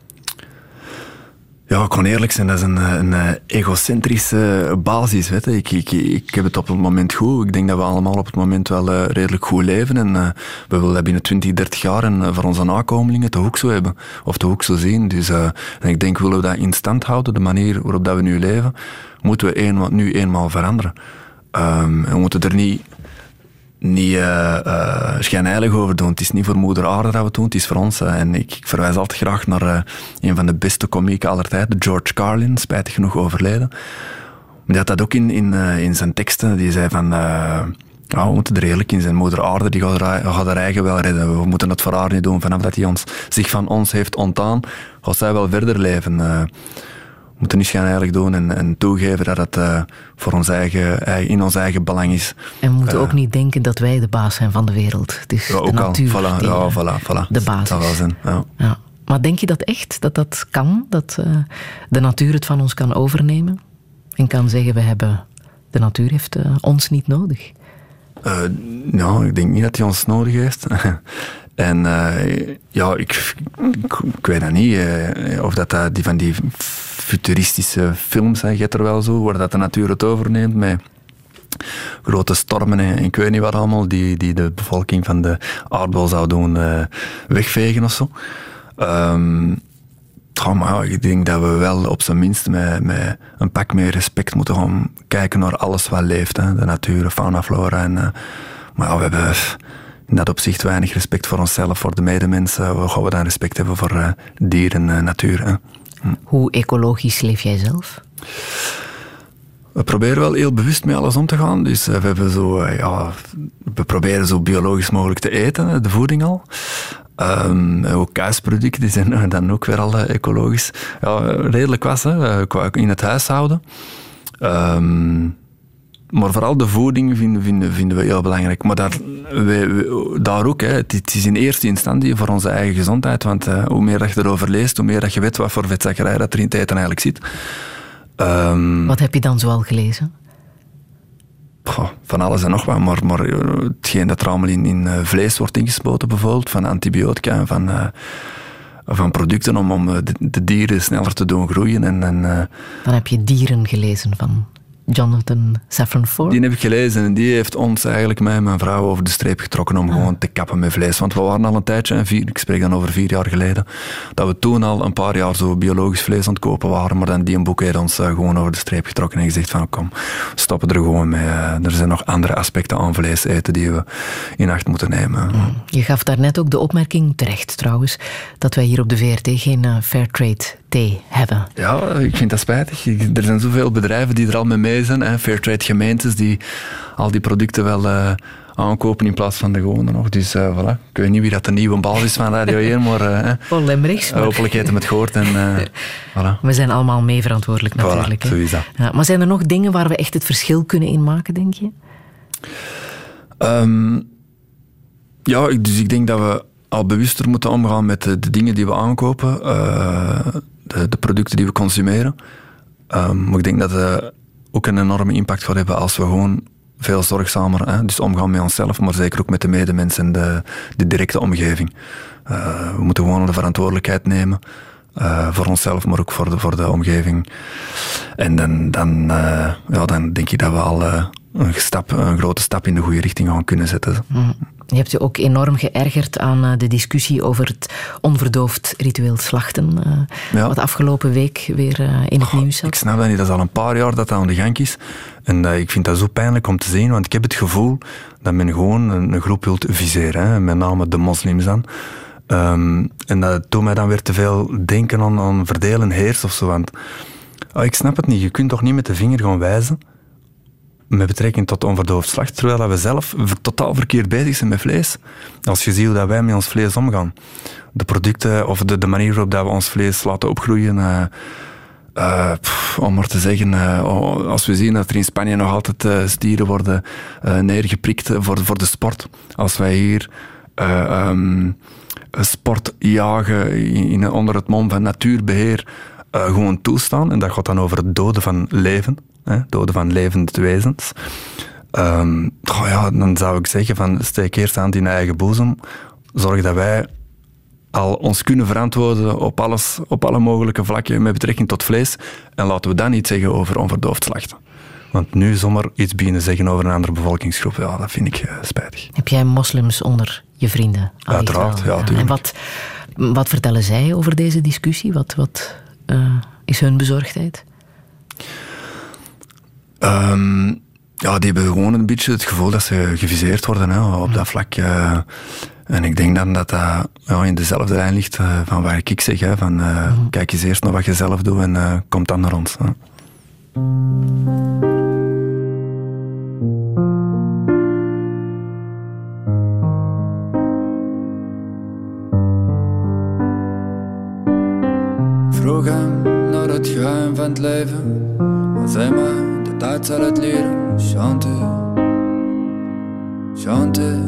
Ja, ik kan eerlijk zijn, dat is een, een egocentrische basis. Weet je. Ik, ik, ik heb het op het moment goed. Ik denk dat we allemaal op het moment wel uh, redelijk goed leven. En uh, we willen dat binnen twintig, dertig jaar en uh, voor onze nakomelingen toch ook zo hebben. Of toch ook zo zien. Dus uh, en ik denk, willen we dat in stand houden, de manier waarop dat we nu leven, moeten we een, nu eenmaal veranderen. Um, we moeten er niet... niet uh, uh, schijnheilig over doen. Het is niet voor moeder aarde dat we het doen, het is voor ons. Uh, en ik, ik verwijs altijd graag naar uh, een van de beste komieken aller tijden, George Carlin, spijtig genoeg overleden. Die had dat ook in, in, uh, in zijn teksten. Die zei van... Uh, ja, we moeten er eerlijk in zijn. Moeder aarde die gaat, gaat haar eigen wel redden. We moeten het voor haar niet doen. Vanaf dat hij ons, zich van ons heeft ontdaan, gaat zij wel verder leven. Uh, moeten eens gaan eigenlijk doen en, en toegeven dat het uh, voor ons eigen, in ons eigen belang is. En we moeten uh, ook niet denken dat wij de baas zijn van de wereld. Het is ja, de natuur al, voilà, die ja, voilà, voilà. de baas dat is. Zijn, ja. Ja. Maar denk je dat echt, dat dat kan? Dat uh, de natuur het van ons kan overnemen? En kan zeggen, we hebben, de natuur heeft uh, ons niet nodig? Uh, nou, ik denk niet dat hij ons nodig heeft. En uh, ja, ik, ik, ik weet dat niet. Uh, of dat, dat die van die futuristische films, hè, je hebt er wel zo, waar dat de natuur het overneemt met grote stormen en ik weet niet wat allemaal, die, die de bevolking van de aardbol zou doen uh, wegvegen of zo. Um, ja, maar ik denk dat we wel op zijn minst met, met een pak meer respect moeten gaan kijken naar alles wat leeft. Hè. De natuur, fauna, flora. En, uh, maar ja, we hebben in dat opzicht weinig respect voor onszelf, voor de medemensen. Hoe gaan we dan respect hebben voor uh, dieren en uh, natuur? Hè? Hm. Hoe ecologisch leef jij zelf? We proberen wel heel bewust met alles om te gaan. Dus uh, we, hebben zo, uh, ja, we proberen zo biologisch mogelijk te eten, de voeding al. Um, ook kuisproducten, die zijn dan ook weer al uh, ecologisch. Ja, redelijk was, hè, in het huishouden. Um, maar vooral de voeding vinden, vinden, vinden we heel belangrijk. Maar daar, we, we, daar ook, hè, het, het is in eerste instantie voor onze eigen gezondheid. Want uh, hoe meer dat je erover leest, hoe meer dat je weet wat voor vetzakkerij dat er in het eten eigenlijk zit. Um, wat heb je dan zoal gelezen? Goh, van alles en nog wat, maar, maar hetgeen dat er allemaal in, in vlees wordt ingespoten bijvoorbeeld, van antibiotica en van, uh, van producten om, om de, de dieren sneller te doen groeien. En, en, uh, dan heb je Dieren gelezen van Jonathan Safran Foer. Die heb ik gelezen en die heeft ons eigenlijk, mij en mijn vrouw, over de streep getrokken om ah. gewoon te kappen met vlees. Want we waren al een tijdje, vier, ik spreek dan over vier jaar geleden, dat we toen al een paar jaar zo biologisch vlees aan het kopen waren, maar dan die een boek heeft ons uh, gewoon over de streep getrokken en gezegd van kom, we stoppen er gewoon mee. Uh, er zijn nog andere aspecten aan vlees eten die we in acht moeten nemen. Mm. Je gaf daarnet ook de opmerking, terecht trouwens, dat wij hier op de V R T geen uh, Fairtrade thee hebben. Ja, ik vind dat spijtig. Er zijn zoveel bedrijven die er al mee mee zijn. Hè. Fairtrade gemeentes die al die producten wel uh, aankopen in plaats van de gewone nog. Dus uh, voilà. Ik weet niet wie dat de nieuwe baas is van Radio één, maar uh, Paul Lemmerichs. Maar... hopelijk heeft hem het gehoord. En, uh, voilà. We zijn allemaal mee verantwoordelijk natuurlijk. Voilà, zo is dat. Ja, maar zijn er nog dingen waar we echt het verschil kunnen in maken, denk je? Um, ja, dus ik denk dat we al bewuster moeten omgaan met de, de dingen die we aankopen, uh, de, de producten die we consumeren. Um, maar ik denk dat het ook een enorme impact gaat hebben als we gewoon veel zorgzamer, hè, dus omgaan met onszelf, maar zeker ook met de medemensen en de, de directe omgeving. Uh, we moeten gewoon de verantwoordelijkheid nemen. Uh, voor onszelf, maar ook voor de, voor de omgeving. En dan, dan, uh, ja, dan denk ik dat we al uh, een, stap, een grote stap in de goede richting gaan kunnen zetten. Mm. Je hebt je ook enorm geërgerd aan uh, de discussie over het onverdoofd ritueel slachten, uh, ja. wat afgelopen week weer uh, in het oh, nieuws zat. Ik snap dat niet, dat is al een paar jaar dat dat aan de gang is. En uh, ik vind dat zo pijnlijk om te zien, want ik heb het gevoel dat men gewoon een, een groep wilt viseren, hè, met name de moslims dan. Um, en dat doet mij dan weer te veel denken aan, aan verdelen heers of zo. Want oh, ik snap het niet. Je kunt toch niet met de vinger gaan wijzen met betrekking tot onverdoofd slacht, terwijl we zelf totaal verkeerd bezig zijn met vlees. Als je ziet hoe dat wij met ons vlees omgaan. De producten of de, de manier waarop dat we ons vlees laten opgroeien. Uh, uh, pff, om maar te zeggen, uh, als we zien dat er in Spanje nog altijd uh, stieren worden uh, neergeprikt voor, voor de sport. Als wij hier Uh, um, sport jagen in, in, onder het mom van natuurbeheer uh, gewoon toestaan. En dat gaat dan over het doden van leven. Hè, doden van levende wezens. Um, oh ja, dan zou ik zeggen, van, steek eerst aan in eigen boezem. Zorg dat wij al ons kunnen verantwoorden op, alles, op alle mogelijke vlakken met betrekking tot vlees. En laten we dan niet zeggen over onverdoofd slachten. Want nu zomaar iets beginnen zeggen over een andere bevolkingsgroep, ja, dat vind ik uh, spijtig. Heb jij moslims onder je vrienden? Uiteraard, ja, ja. En wat, wat vertellen zij over deze discussie? Wat, wat uh, is hun bezorgdheid? Um, ja, die hebben gewoon een beetje het gevoel dat ze geviseerd worden, hè, op dat vlak. Uh, en ik denk dan dat dat ja, in dezelfde lijn ligt uh, van waar ik zeg, hè, van uh, mm. kijk eens eerst naar wat je zelf doet en uh, kom dan naar ons. Hè. Vroeg hem naar naar het geheim van het leven. Maar zeg maar, de tijd zal het leren. Chante, chante.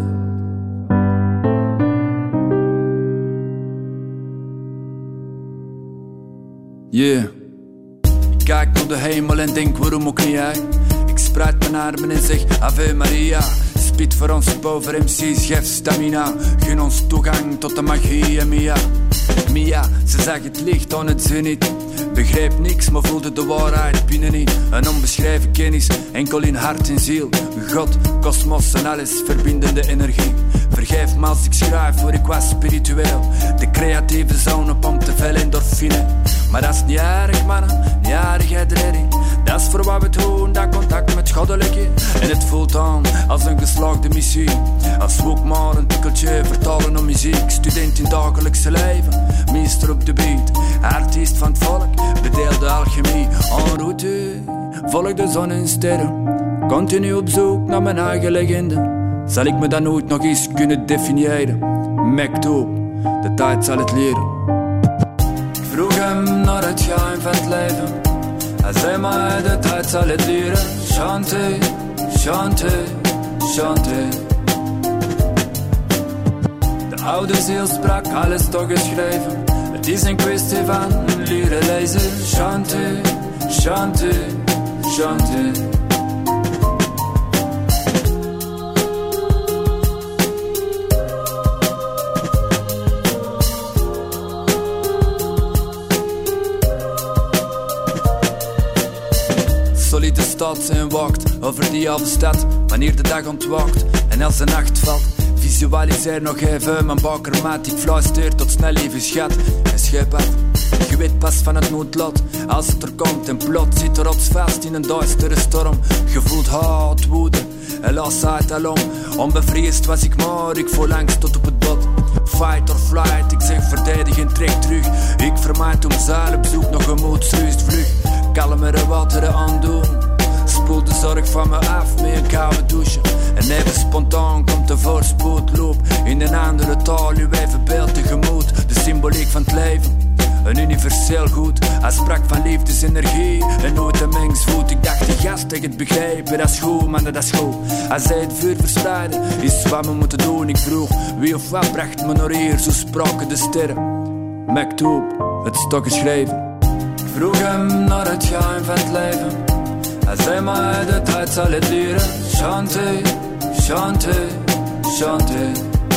Yeah. Ik kijk naar de hemel en denk, waarom ook niet hij? Ik spreid mijn armen en zeg, Ave Maria. Spit voor ons boven M C's, geef stamina. Gun ons toegang tot de magie en Mia. Mia, ze zag het licht aan het zenit. Begreep niks, maar voelde de waarheid binnenin. Een onbeschreven kennis, enkel in hart en ziel. God, kosmos en alles, verbindende energie. Vergeef me als ik schrijf, voor ik was spiritueel. De creatieve zone pompt te veel endorfine. Maar dat is niet erg, mannen, niet erg, redding. Dat is voor wat we doen, dat contact met goddelijke. En het voelt aan als een geslaagde missie. Als we ook maar een tikkeltje vertalen om muziek. Student in dagelijkse leven, meester op de beat. Artiest van het volk, bedeelde alchemie. En route, volg de zon en sterren. Continu op zoek naar mijn eigen legende. Zal ik me dan nooit nog eens kunnen definiëren? Mektoub, de tijd zal het leren. Ik vroeg hem naar het geheim van het leven. Hij zei maar, de tijd zal het leren. Chante, chante, chante. De oude ziel sprak, alles toch geschreven. Het is een kwestie van leren lezen. Chante, chante, chante. Solide stad en wacht over die halve stad. Wanneer de dag ontwaakt en als de nacht valt. Visualiseer nog even mijn bakermaat. Ik fluister tot snel even schat. En scheep af, je weet pas van het noodlot. Als het er komt en plot zit er vast in een duistere storm. Je voelt haat, woede en lasheid alom. Onbevreesd was ik maar, ik voel angst tot op het bot. Fight or flight, ik zeg verdedig en trek terug. Ik vermijd om zeil op zoek nog een moedsrust vlug. Kalmere wateren aandoen. Spoel de zorg van me af met een koude douche. En even spontaan komt de voorspoed loop. In een andere taal, uw even beeld tegemoet. De symboliek van het leven, een universeel goed. Hij sprak van liefdesenergie en nooit een mengsvoet. Ik dacht, die gast heeft het begrepen, dat is goed, man, dat is goed. Hij zei, het vuur verspreiden is wat we moeten doen. Ik vroeg, wie of wat bracht me naar hier, zo spraken de sterren. Mektoub, het stok geschreven. Ik vroeg hem naar het geheim van het leven. Hij zei maar, de tijd zal het leren. Chante, chante, chante.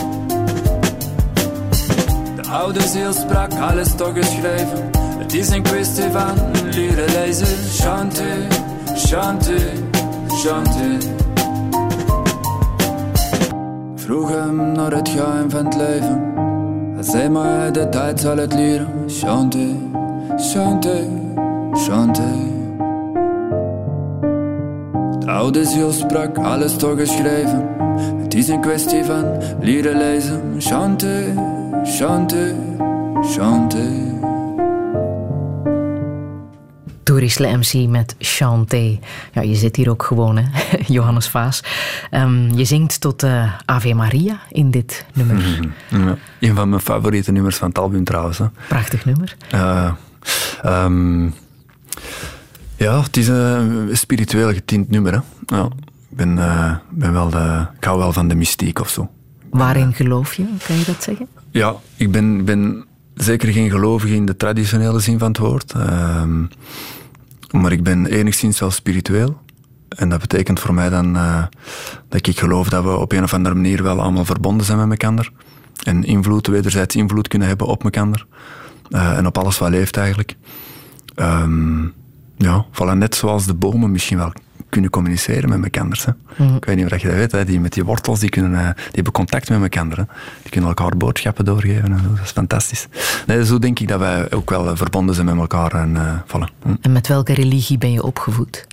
De oude ziel sprak, alles toch geschreven. Het is een kwestie van leren lezen. Chante, chante, chante. Vroeg hem naar het geheim van het leven. Hij zei maar, de tijd zal het leren. Chante, chante, chante. De oude ziel sprak, alles toch geschreven. Het is een kwestie van leren lezen. Chante, chante, chante. Doris Le M C met Chanté. Ja, je zit hier ook gewoon, hè, Johannes Vaas. Um, je zingt tot uh, Ave Maria in dit nummer. Mm-hmm. Ja, een van mijn favoriete nummers van het album trouwens. Hè. Prachtig nummer. Uh, um, ja, het is een spiritueel getint nummer. Hè. Ja, ik, ben, uh, ben wel de, ik hou wel van de mystiek of zo. Waarin geloof je? Kan je dat zeggen? Ja, ik ben... ben zeker geen gelovige in de traditionele zin van het woord. Uh, maar ik ben enigszins wel spiritueel. En dat betekent voor mij dan uh, dat ik geloof dat we op een of andere manier wel allemaal verbonden zijn met elkaar. En invloed, wederzijds invloed kunnen hebben op elkaar. Uh, en op alles wat leeft eigenlijk. Um, ja, voilà, net zoals de bomen misschien wel kunnen communiceren met elkaar. Mm. Ik weet niet of je dat weet, hè. Die met die wortels, die, kunnen, uh, die hebben contact met elkaar. Hè. Die kunnen elkaar boodschappen doorgeven. En dat is fantastisch. Nee, zo denk ik dat wij ook wel uh, verbonden zijn met elkaar. En, uh, voilà. mm. En met welke religie ben je opgevoed?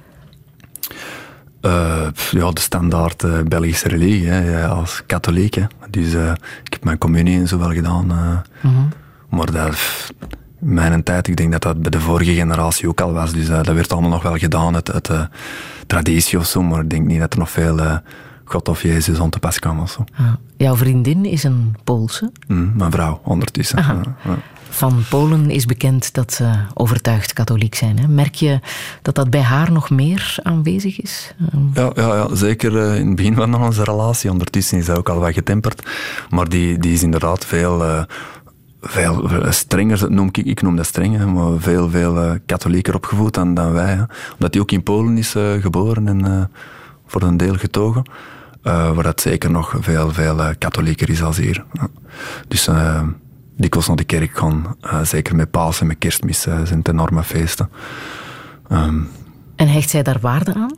Uh, ja, de standaard uh, Belgische religie, hè, als katholiek. Hè. Dus uh, ik heb mijn communie en zo wel gedaan. Uh, mm-hmm. Maar dat... In mijn tijd, ik denk dat dat bij de vorige generatie ook al was. Dus uh, dat werd allemaal nog wel gedaan uit, uit uh, traditie of zo. Maar ik denk niet dat er nog veel uh, God of Jezus aan te pas kwam of zo. Ah, jouw vriendin is een Poolse? Mm, mijn vrouw, ondertussen. Uh, uh. van Polen is bekend dat ze overtuigd katholiek zijn. Hè? Merk je dat dat bij haar nog meer aanwezig is? Ja, ja, ja zeker in het begin van onze relatie. Ondertussen is dat ook al wat getemperd. Maar die, die is inderdaad veel, uh, veel strenger, noem ik, ik noem dat streng, hè, maar veel, veel uh, katholieker opgevoed dan, dan wij. Hè. Omdat hij ook in Polen is uh, geboren en uh, voor een deel getogen. Uh, waar dat zeker nog veel, veel uh, katholieker is als hier. Ja. Dus uh, dikwijls naar de kerk gaan, uh, zeker met Pasen en met Kerstmis, uh, zijn het enorme feesten. Um, en hecht zij daar waarde aan?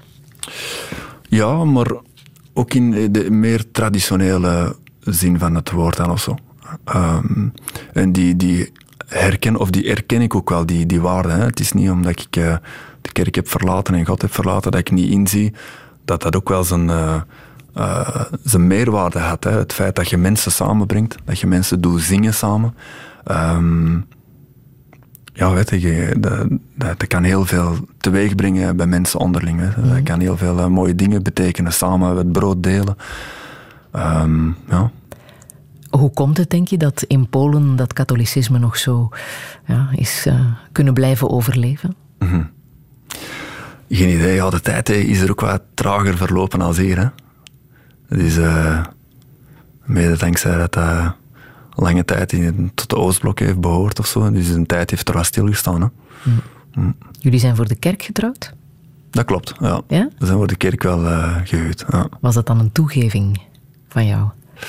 Ja, maar ook in de meer traditionele zin van het woord dan of zo. Um, en die, die herken, of die erken ik ook wel, die, die waarde. Hè. Het is niet omdat ik uh, de kerk heb verlaten en God heb verlaten, dat ik niet inzie dat dat ook wel zijn, uh, uh, zijn meerwaarde had. Hè. Het feit dat je mensen samenbrengt, dat je mensen doet zingen samen. Um, ja, weet je, dat, dat, dat kan heel veel teweeg brengen bij mensen onderling. Hè. Mm-hmm. Dat kan heel veel uh, mooie dingen betekenen, samen het brood delen. Um, ja. Hoe komt het, denk je, dat in Polen dat katholicisme nog zo ja, is uh, kunnen blijven overleven? Mm-hmm. Geen idee. Ja, de tijd hè, is er ook wat trager verlopen als hier. Hè. Dus uh, mede dankzij dat dat uh, lange tijd in, tot de Oostblok heeft behoord of zo. Dus een tijd heeft er wat stilgestaan. Hè. Mm. Mm. Jullie zijn voor de kerk getrouwd? Dat klopt, ja. ja? We zijn voor de kerk wel uh, gehuwd. Ja. Was dat dan een toegeving van jou?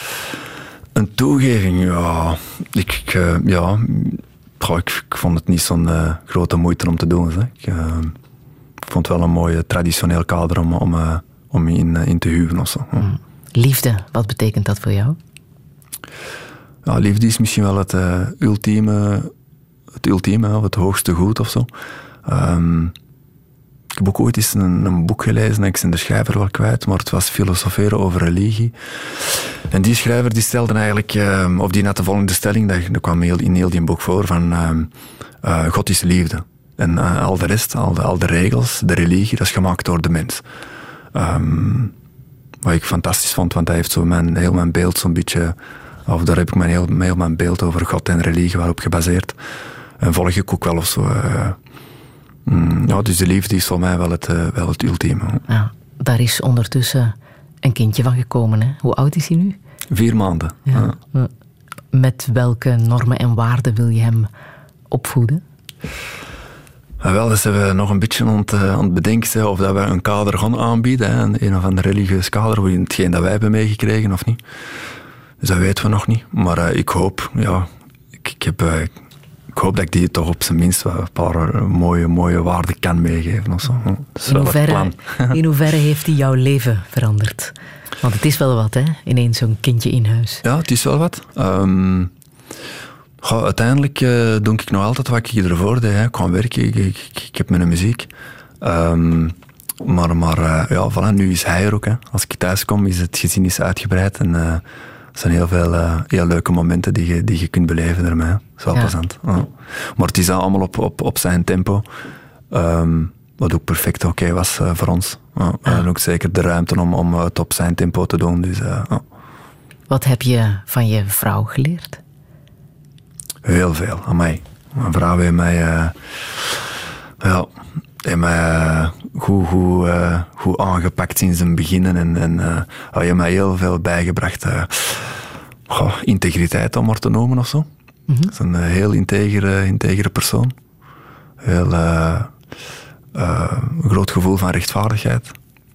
Een toegeving, ja. Ik, ik, uh, ja. Goh, ik, ik vond het niet zo'n uh, grote moeite om te doen. Hè. Ik, uh, ik vond het wel een mooi traditioneel kader om, om, uh, om in, uh, in te huwen of zo. Ja. Mm. Liefde, wat betekent dat voor jou? Ja, liefde is misschien wel het uh, ultieme, het ultieme of het hoogste goed of zo. Um, ik heb ook ooit eens een, een boek gelezen, ik ben de schrijver wel kwijt, maar het was Filosoferen over religie. En die schrijver die stelde eigenlijk, uh, of die had de volgende stelling, dat, dat kwam heel, in heel die boek voor, van uh, uh, God is liefde. En uh, al de rest, al de, al de regels, de religie, dat is gemaakt door de mens. Um, wat ik fantastisch vond, want hij heeft zo mijn, heel mijn beeld zo'n beetje, of daar heb ik mijn heel, heel mijn beeld over God en religie wel op gebaseerd. En volg ik ook wel of zo. Uh, mm, ja, dus de liefde is voor mij wel het, uh, wel het ultieme. Ja, daar is ondertussen een kindje van gekomen. Hè? Hoe oud is hij nu? Vier maanden. Ja. Ja. Met welke normen en waarden wil je hem opvoeden? Ja, wel, dus zijn we nog een beetje aan het, aan het bedenken of dat we een kader gaan aanbieden. Hè, een, een of ander religieus kader, hetgeen dat wij hebben meegekregen of niet. Dus dat weten we nog niet. Maar uh, ik hoop, ja, ik, ik, heb, uh, ik hoop dat ik die toch op zijn minst wel een paar mooie, mooie waarden kan meegeven. Of zo. Dat is in, wel hoeverre, het plan. in hoeverre heeft hij jouw leven veranderd? Want het is wel wat, hè? Ineens zo'n kindje in huis. Ja, het is wel wat. Um, Goh, uiteindelijk uh, doe ik nog altijd wat ik ervoor deed. Hè. Ik ga werken, ik, ik, ik, ik heb mijn muziek. Um, maar maar uh, ja, voilà, nu is hij er ook. Hè. Als ik thuis kom, is het gezin is uitgebreid. En uh, er zijn heel veel uh, heel leuke momenten die je, die je kunt beleven ermee. Dat is wel ja. plezant. Ja. Maar het is allemaal op, op, op zijn tempo. Um, wat ook perfect oké okay was uh, voor ons. Ja. Ja. En ook zeker de ruimte om, om het op zijn tempo te doen. Dus, uh, ja. Wat heb je van je vrouw geleerd? Heel veel, aan mij. Mijn vrouw heeft mij, uh, ja, heeft mij uh, goed, goed, uh, goed aangepakt sinds het begin. En, en uh, heeft mij heel veel bijgebracht. Uh, goh, integriteit, om maar te noemen of zo. Mm-hmm. Dat is een uh, heel integere, integere persoon. Heel uh, uh, een groot gevoel van rechtvaardigheid.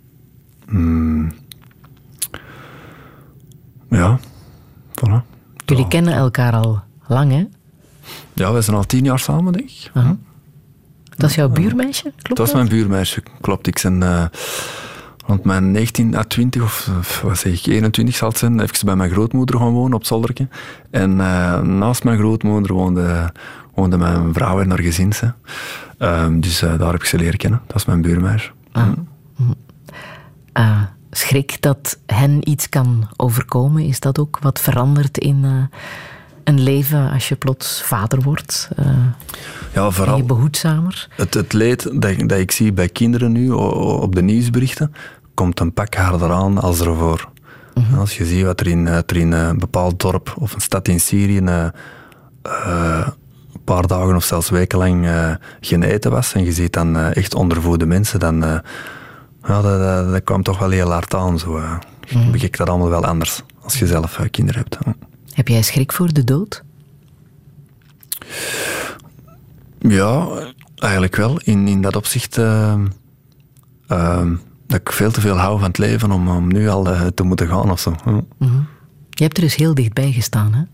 Mm. Ja, voilà. Jullie oh. kennen elkaar al lang, hè? Ja, wij zijn al tien jaar samen, denk ik. Uh-huh. Dat is jouw buurmeisje, klopt dat? Dat is mijn buurmeisje, klopt. Ik ben uh, rond mijn negentien à twintig, of, of wat zeg ik, eenentwintig zal het zijn, even bij mijn grootmoeder gaan wonen op Zolderke. En uh, naast mijn grootmoeder woonde, woonde mijn vrouw en haar gezin. Uh, dus uh, daar heb ik ze leren kennen. Dat is mijn buurmeisje. Uh, uh, schrik dat hen iets kan overkomen, is dat ook wat verandert in... Uh, een leven als je plots vader wordt? Uh, ja, vooral ben je behoedzamer? Het, het leed dat, dat ik zie bij kinderen nu op de nieuwsberichten komt een pak harder aan als ervoor. Uh-huh. Als je ziet wat er in, er in een bepaald dorp of een stad in Syrië uh, uh, een paar dagen of zelfs wekenlang uh, geen eten was en je ziet dan uh, echt ondervoede mensen, dan uh, ja, dat, dat, dat kwam toch wel heel hard aan. Zo, uh. Je mm. bekijkt dat allemaal wel anders als je zelf uh, kinderen hebt. Uh. Heb jij schrik voor de dood? Ja, eigenlijk wel. In, in dat opzicht uh, uh, dat ik veel te veel hou van het leven om, om nu al uh, te moeten gaan of zo. Uh. Mm-hmm. Je hebt er dus heel dichtbij gestaan, hè?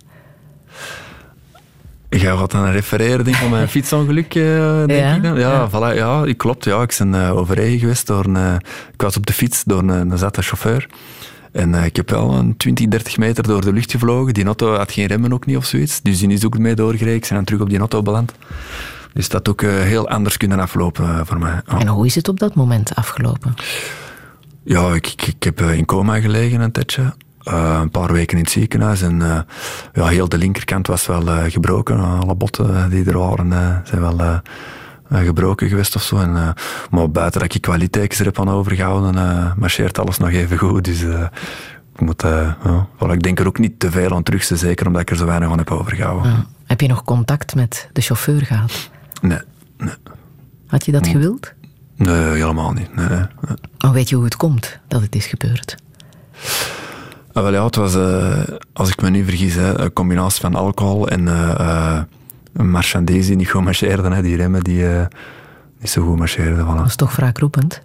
Ik ga wat aan refereren, denk ik, van mijn fietsongeluk, uh, denk ja? ik dan. Ja, Ja. Voilà, ja, ik klopt. Ja, ik ben uh, overreden geweest door een... Uh, ik was op de fiets door een, een zatte chauffeur. En uh, ik heb wel een twintig, dertig meter door de lucht gevlogen. Die auto had geen remmen ook niet of zoiets. Dus die is ook mee doorgereden. Ik ben dan terug op die auto beland. Dus dat had ook uh, heel anders kunnen aflopen uh, voor mij. Ja. En hoe is het op dat moment afgelopen? Ja, ik, ik, ik heb uh, in coma gelegen een tijdje. Uh, een paar weken in het ziekenhuis. En uh, ja, heel de linkerkant was wel uh, gebroken. Alle botten die er waren uh, zijn wel uh, uh, gebroken geweest of zo. En, uh, maar buiten dat ik kwaliteitjes er heb aan overgehouden, uh, marcheert alles nog even goed. Dus uh, ik moet... Uh, ja, voilà, ik denk er ook niet te veel aan terug, zeker omdat ik er zo weinig aan heb overgehouden. Ja. Heb je nog contact met de chauffeur gehad? Nee, nee. Had je dat gewild? Nee, helemaal niet. Nee, nee, nee. Maar weet je hoe het komt dat het is gebeurd? Ah, wel ja, het was, uh, als ik me niet vergis, hè, een combinatie van alcohol en uh, uh, een marchandise die niet goed marcheerde. Hè, die remmen die uh, niet zo goed marcheerden. Voilà. Dat is toch wraakroepend?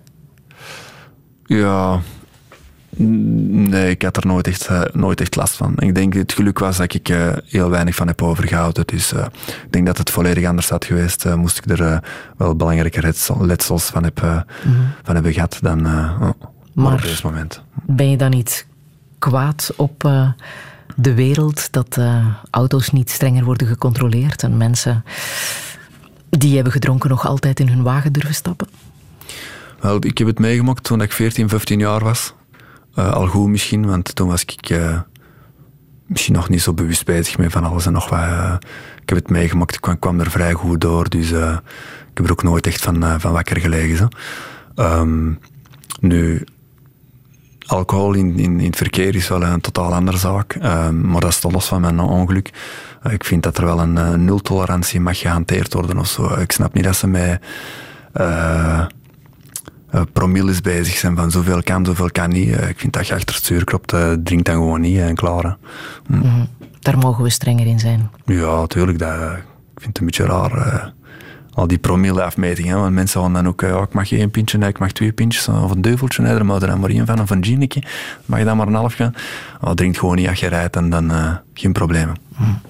Ja, nee, ik had er nooit echt, uh, nooit echt last van. Ik denk, het geluk was dat ik uh, heel weinig van heb overgehouden. Dus uh, ik denk dat het volledig anders had geweest. Uh, moest ik er uh, wel belangrijke letsel, letsels van, heb, uh, mm-hmm. van hebben gehad dan uh, oh, maar op deze moment. Ben je dan niet kwaad op uh, de wereld dat uh, auto's niet strenger worden gecontroleerd en mensen die hebben gedronken nog altijd in hun wagen durven stappen? Wel, ik heb het meegemaakt toen ik veertien, vijftien jaar was. Uh, al goed misschien, want toen was ik uh, misschien nog niet zo bewust bezig mee van alles en nog wat. Uh, ik heb het meegemaakt, ik kwam, kwam er vrij goed door, dus uh, ik heb er ook nooit echt van, uh, van wakker gelegen. Zo. Um, nu... Alcohol in, in, in het verkeer is wel een totaal andere zaak, uh, maar dat is toch los van mijn ongeluk. Uh, ik vind dat er wel een uh, nultolerantie mag gehanteerd worden of zo. Ik snap niet dat ze met uh, uh, promilles bezig zijn van zoveel kan, zoveel kan niet. Uh, ik vind dat je achter het stuur klopt, uh, drink dan gewoon niet en klaar. Hè. Hm. Mm-hmm. Daar mogen we strenger in zijn. Ja, tuurlijk. Dat, uh, ik vind het een beetje raar. Uh, al die promille-afmetingen, want mensen gaan dan ook, ja, ik mag één pintje, nee, ik mag twee pintjes, of een duveltje, nee, daar mag er dan maar één van, of een ginetje, mag je dan maar een half gaan. Oh, drink gewoon niet als je rijdt en dan uh, geen problemen. Hmm.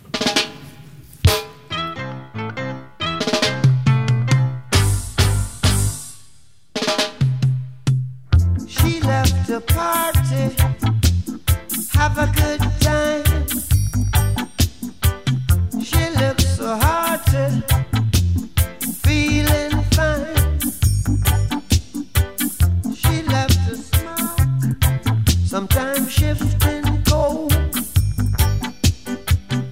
She left the party, have a good time. She looks so hearty, feeling fine. She left a smile, sometimes shifting cold.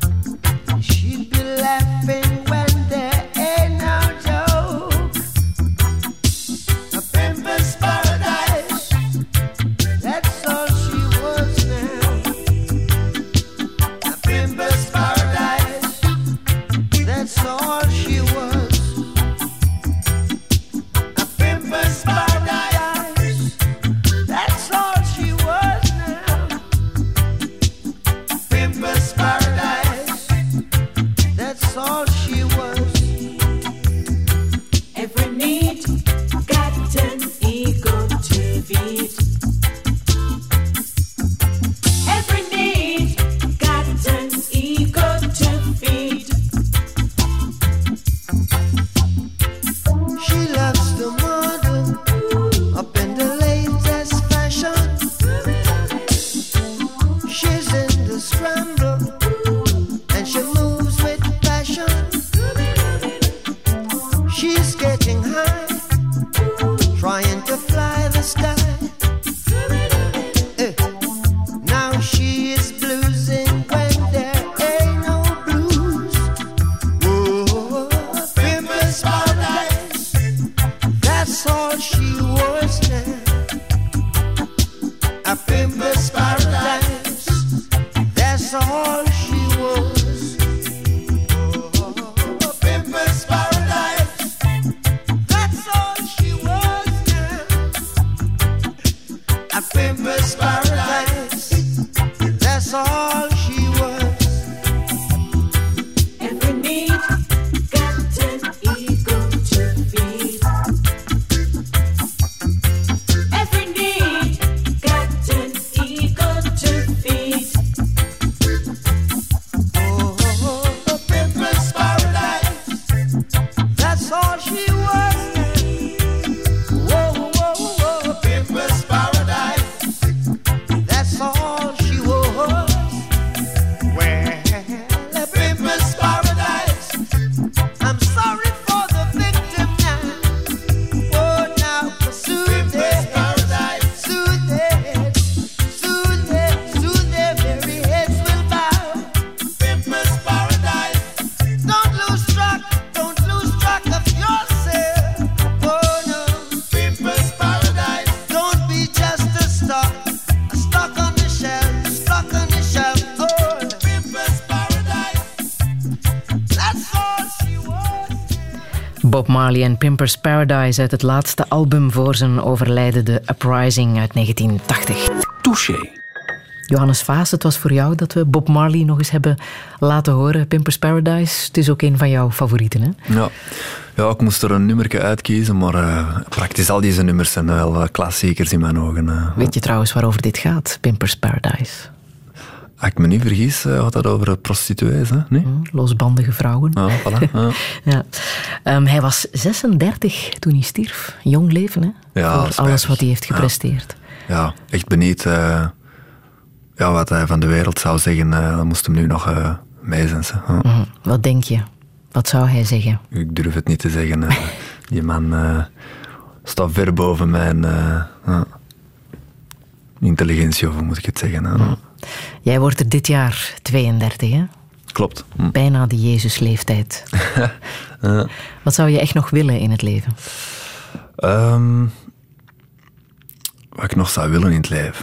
Bob Marley en Pimper's Paradise uit het laatste album voor zijn overlijden, The Uprising uit negentien tachtig. Touché. Johannes Vaas, het was voor jou dat we Bob Marley nog eens hebben laten horen. Pimper's Paradise, het is ook een van jouw favorieten, hè? Ja, ja ik moest er een nummerke uitkiezen, maar uh, praktisch al deze nummers zijn wel klassiekers in mijn ogen. Uh. Weet je trouwens waarover dit gaat, Pimper's Paradise? Als ik me niet vergis, uh, gaat dat over prostituees, hè? Nee? Mm, losbandige vrouwen. Ja, voilà. Ja. ja. Um, hij was zesendertig toen hij stierf. Jong leven, hè? Ja, voor alles wat hij heeft gepresteerd. Ja, ja echt benieuwd uh, ja, wat hij van de wereld zou zeggen. Uh, dan moest hem nu nog uh, mee zijn. Ja. Mm, wat denk je? Wat zou hij zeggen? Ik durf het niet te zeggen. Uh, die man uh, staat ver boven mijn uh, uh, intelligentie, of hoe moet ik het zeggen. Uh. Mm. Jij wordt er dit jaar tweeëndertig, hè? Klopt. Hm. Bijna de Jezusleeftijd. uh. Wat zou je echt nog willen in het leven? Um, wat ik nog zou willen in het leven?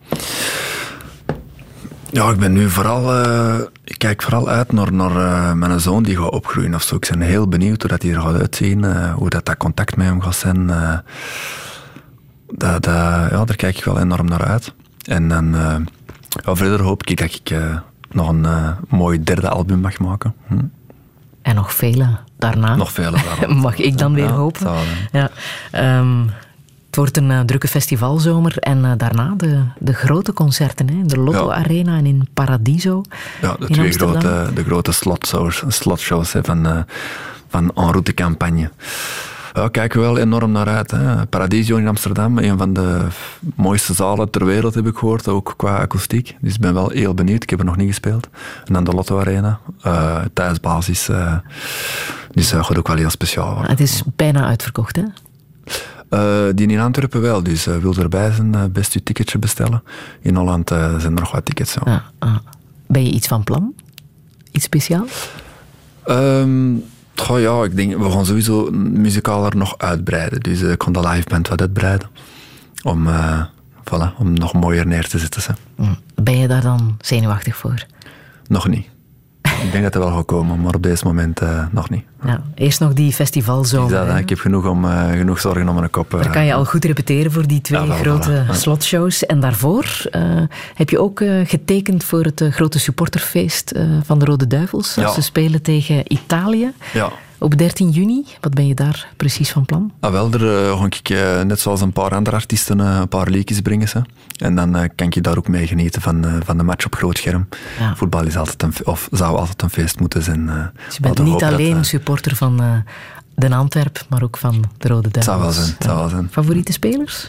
Ja, ik ben nu vooral... Uh, ik kijk vooral uit naar, naar uh, mijn zoon die gaat opgroeien of zo. Ik ben heel benieuwd hoe dat hij er gaat uitzien, uh, hoe dat, dat contact met hem gaat zijn. Uh, dat, dat, ja, daar kijk ik wel enorm naar uit. En dan... Uh, ja, verder hoop ik dat ik uh, nog een uh, mooi derde album mag maken. Hm. En nog vele daarna. Nog vele daarna. Mag ik dan weer ja, hopen. Zou, ja. um, het wordt een uh, drukke festivalzomer en uh, daarna de, de grote concerten. Hè, in de Lotto ja. Arena en in Paradiso. Ja, de in twee Amsterdam. grote, de grote slotshows, slotshows hè, van, uh, van En Route campagne. Ja, kijken we wel enorm naar uit. Hè. Paradiso in Amsterdam, een van de mooiste zalen ter wereld heb ik gehoord, ook qua akoestiek. Dus ik ben wel heel benieuwd, ik heb er nog niet gespeeld. En dan de Lotto Arena, uh, thuisbasis. Uh, dus dat uh, gaat ook wel heel speciaal worden. Het is bijna uitverkocht, hè? Uh, die in Antwerpen wel, dus uh, wil erbij zijn, uh, best je ticketje bestellen. In Holland uh, zijn er nog wat tickets. Ja. Ah, ah. Ben je iets van plan? Iets speciaals? Um, Goh, ja, ik denk, we gaan sowieso muzikaal er nog uitbreiden. Dus uh, ik kan de liveband wat uitbreiden. Om, uh, voilà, om nog mooier neer te zetten. Hè. Ben je daar dan zenuwachtig voor? Nog niet. Ik denk dat het wel gaat komen, maar op deze moment uh, nog niet. Ja, eerst nog die festivalzomer. Dat, hè? Ik heb genoeg, om, uh, genoeg zorgen om mijn kop. Uh, daar kan je al goed repeteren voor die twee ja, wel, grote voilà. slotshows. En daarvoor uh, heb je ook uh, getekend voor het uh, grote supporterfeest uh, van de Rode Duivels. Als ja. ze spelen tegen Italië. Ja. Op dertien juni, wat ben je daar precies van plan? Ah, wel, daar uh, ga ik uh, net zoals een paar andere artiesten uh, een paar liedjes brengen. Hè. En dan uh, kan je daar ook mee genieten van, uh, van de match op groot scherm. Ja. Voetbal is altijd een, of zou altijd een feest moeten zijn. Uh, dus je bent niet alleen dat, uh, supporter van uh, Den Antwerp, maar ook van de Rode Duivels. Het zou wel zijn. Het zou wel zijn. Favoriete spelers?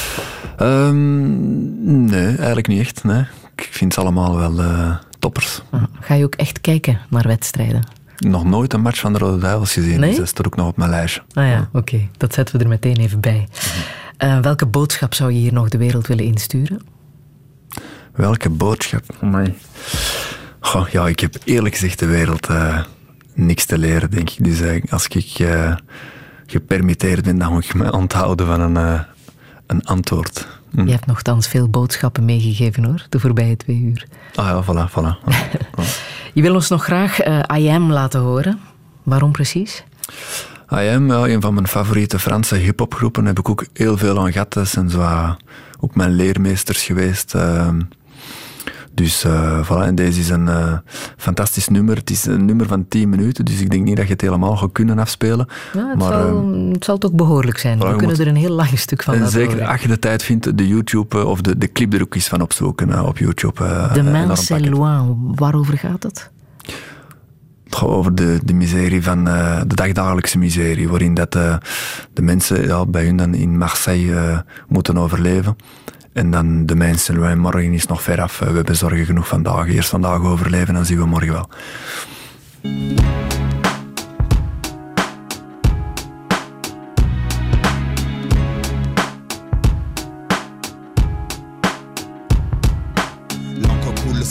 Um, nee, eigenlijk niet echt. Nee. Ik vind ze allemaal wel uh, toppers. Ah, ga je ook echt kijken naar wedstrijden? Nog nooit een match van de Rode Duivels gezien, nee? Dus dat staat ook nog op mijn lijstje. Ah ja, oké. Okay. Dat zetten we er meteen even bij. Uh, welke boodschap zou je hier nog de wereld willen insturen? Welke boodschap? Amai. Goh, ja, ik heb eerlijk gezegd de wereld uh, niks te leren, denk ik. Dus uh, als ik uh, gepermitteerd ben, dan moet ik me onthouden van een, uh, een antwoord. Hm. Je hebt nogthans veel boodschappen meegegeven, hoor, de voorbije twee uur. Ah ja, voilà, voilà. Je wil ons nog graag uh, I Am laten horen. Waarom precies? I Am, ja, een van mijn favoriete Franse hip-hopgroepen, heb ik ook heel veel aan gehad. Dat zijn zo, uh, ook mijn leermeesters geweest. Uh, dus uh, voilà, en deze is een uh, fantastisch nummer. Het is een nummer van tien minuten, dus ik denk niet dat je het helemaal gaat kunnen afspelen. Ja, het, maar, zal, uh, het zal toch behoorlijk zijn. We kunnen er een heel lang stuk van laten zeker horen. Als je de tijd vindt, de YouTube uh, of de, de clip er ook eens van opzoeken uh, op YouTube. Uh, de Mens est loin, waarover gaat het? Het gaat over de, de miserie van uh, de dagdagelijkse miserie, waarin dat, uh, de mensen ja, bij hun dan in Marseille uh, moeten overleven. En dan de mensen, morgen is nog ver af. We hebben zorgen genoeg vandaag. Eerst vandaag overleven, dan zien we morgen wel. L'encre coule, le sang se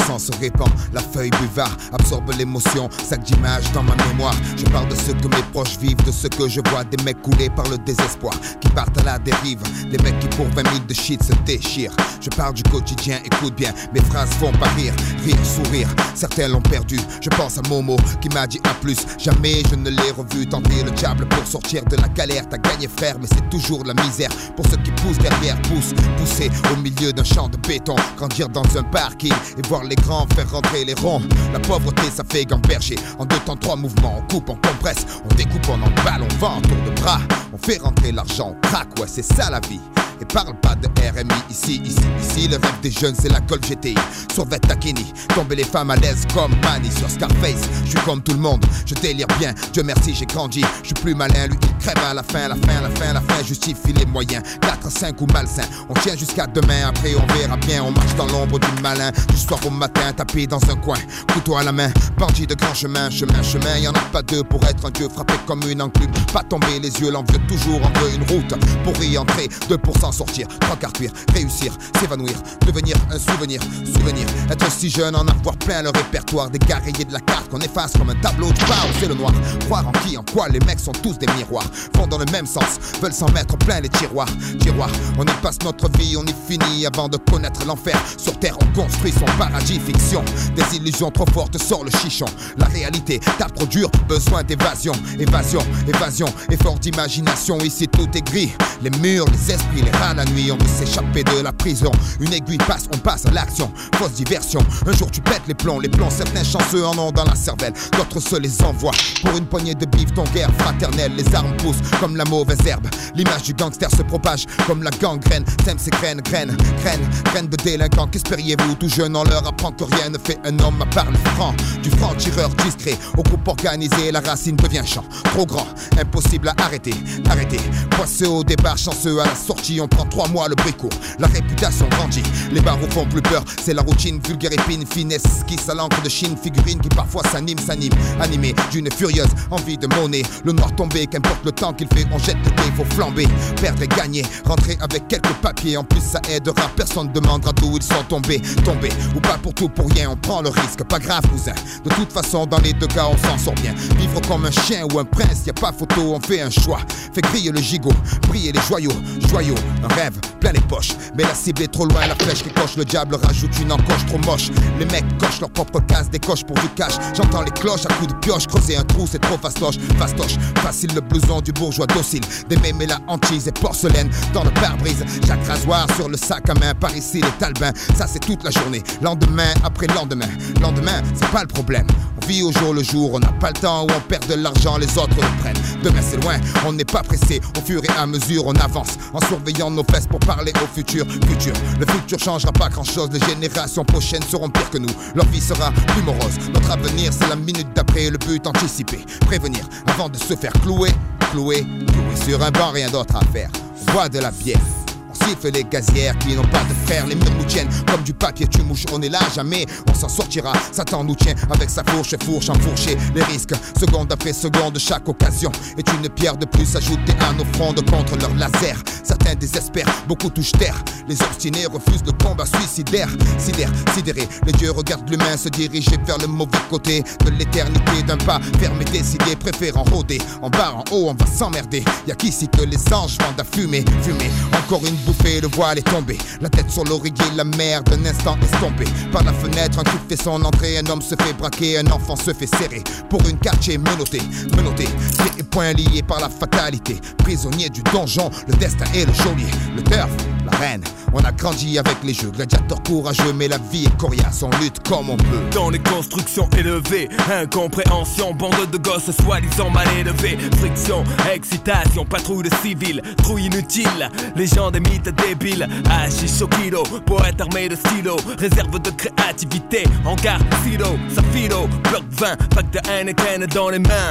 répand, la feuille buvard absorbe l'émotion, sac d'images dans ma mémoire. Je parle de ce que mes proches vivent, de ce que je vois, des mecs coulés par le désespoir, qui partent à la dérive, des mecs qui pour vingt mille de shit se déchirent. Je parle du quotidien, écoute bien, mes phrases font pas rire, rire, sourire, certains l'ont perdu. Je pense à Momo qui m'a dit à plus, jamais je ne l'ai revu tenter le diable pour sortir de la galère. T'as gagné frère, mais c'est toujours la misère pour ceux qui poussent derrière, poussent, pousser au milieu d'un champ de béton, grandir dans un parking et voir les grands faire rentrer les ronds. La pauvreté ça fait gamberger, en deux temps trois mouvements, on coupe, on compresse, on découpe, on emballe, on vend en tour de bras, on fait rentrer l'argent, on craque, ouais c'est ça la vie. Et parle pas de R M I ici, ici, ici. Le rêve des jeunes c'est la Golf G T I. Sur Takini, tomber les femmes à l'aise comme Manny sur Scarface. Je suis comme tout le monde, je délire bien. Dieu merci j'ai grandi, je suis plus malin. Lui il crève à la fin, la fin, la fin, la fin. Justifie les moyens, quatre, cinq ou malsain. On tient jusqu'à demain, après on verra bien. On marche dans l'ombre du malin, du soir au matin. Tapé dans un coin, couteau à la main. Bandit de grand chemin, chemin, chemin. Y'en a pas deux pour être un dieu frappé comme une enclume. Pas tomber les yeux, l'envieux toujours en veut une route. Pour y entrer, deux pour cent sortir, trois quarts cuire, réussir, s'évanouir, devenir un souvenir, souvenir, être si jeune, en avoir plein le répertoire, des gars rayés de la carte qu'on efface comme un tableau de bord, c'est le noir, croire en qui, en quoi, les mecs sont tous des miroirs, vont dans le même sens, veulent s'en mettre plein les tiroirs, tiroirs, on y passe notre vie, on y finit avant de connaître l'enfer, sur terre on construit son paradis, fiction, des illusions trop fortes sort le chichon, la réalité tape trop dur, besoin d'évasion, évasion, évasion, effort d'imagination, ici tout est gris, les murs, les esprits, les rats la nuit, on veut s'échapper de la prison. Une aiguille passe, on passe à l'action. Fausse diversion, un jour tu pètes les plombs. Les plombs, certains chanceux en ont dans la cervelle, d'autres se les envoient. Pour une poignée de bif, ton guerre fraternelle. Les armes poussent comme la mauvaise herbe. L'image du gangster se propage comme la gangrène. Sème ses graines, graines, graines, graines de délinquants. Qu'espériez-vous, tout jeune, on leur apprend que rien ne fait un homme à part le franc. Du franc-tireur discret au groupe organisé, la racine devient champ. Trop grand, impossible à arrêter, arrêter. Poisseux au départ, chanceux à la sortie, on prend trois mois le bricot, la réputation grandit, les barreaux font plus peur, c'est la routine, vulgaire épine, finesse, esquisse à l'encre de Chine, figurine qui parfois s'anime, s'anime, animé d'une furieuse envie de monnaie, le noir tombé, qu'importe le temps qu'il fait, on jette le dé, faut flamber, perdre et gagner, rentrer avec quelques papiers, en plus ça aidera, personne demandera d'où ils sont tombés, tombés, ou pas pour tout pour rien, on prend le risque, pas grave cousin, de toute façon dans les deux cas on s'en sort bien, vivre comme un chien ou un prince, y a pas photo, on fait un choix, fait griller le gigot, briller les joyaux, joyaux, un rêve, plein les poches, mais la cible est trop loin, la flèche qui coche, le diable rajoute une encoche trop moche. Les mecs cochent leur propre case, décochent pour du cash. J'entends les cloches à coups de pioche, creuser un trou c'est trop fastoche, fastoche, facile le blouson du bourgeois docile. Des mémés la hantise et porcelaine dans le pare-brise. Chaque rasoir sur le sac à main, par ici les talbins, ça c'est toute la journée. Lendemain après lendemain, lendemain c'est pas le problème. On vit au jour le jour, on n'a pas le temps où on perd de l'argent, les autres le prennent. Demain c'est loin, on n'est pas pressé, au fur et à mesure on avance, en surveillant nos fesses pour parler au futur, futur. Le futur changera pas grand chose, les générations prochaines seront pires que nous. Leur vie sera plus morose, notre avenir c'est la minute d'après, le but anticipé. Prévenir avant de se faire clouer, clouer, clouer sur un banc, rien d'autre à faire. On boit de la bière. Siffle les gazières qui n'ont pas de fer, les murs nous tiennent comme du papier, tu mouches, on est là jamais, on s'en sortira, Satan nous tient avec sa fourche, fourche enfourchée, les risques, seconde après seconde, chaque occasion est une pierre de plus ajoutée à nos frondes contre leur laser, certains désespèrent, beaucoup touchent terre, les obstinés refusent le combat suicidaire, sidère, sidéré, les dieux regardent l'humain se diriger vers le mauvais côté de l'éternité d'un pas fermé, décidé, préférant rôder, en bas, en haut, on va s'emmerder, y'a qu'ici que les anges vendent à fumer, fumer, encore une bouffée, le voile est tombé, la tête sur l'oreiller, la mer d'un instant estompée. Par la fenêtre, un coup fait son entrée, un homme se fait braquer, un enfant se fait serrer. Pour une quartier menotté, menotté, pieds et poings liés par la fatalité. Prisonnier du donjon, le destin est le geôlier, le turf, la reine. On a grandi avec les jeux, gladiateurs courageux, mais la vie est coriace, on lutte comme on peut. Dans les constructions élevées, incompréhension, bande de gosses soi-disant mal élevés. Friction, excitation, patrouille de civils, trouille inutile, les gens des mythes débiles. Hachiche au kilo, poète armé de stylo, réserve de créativité, hangar, silo, safilo, bloc vingt, pack de Heineken dans les mains.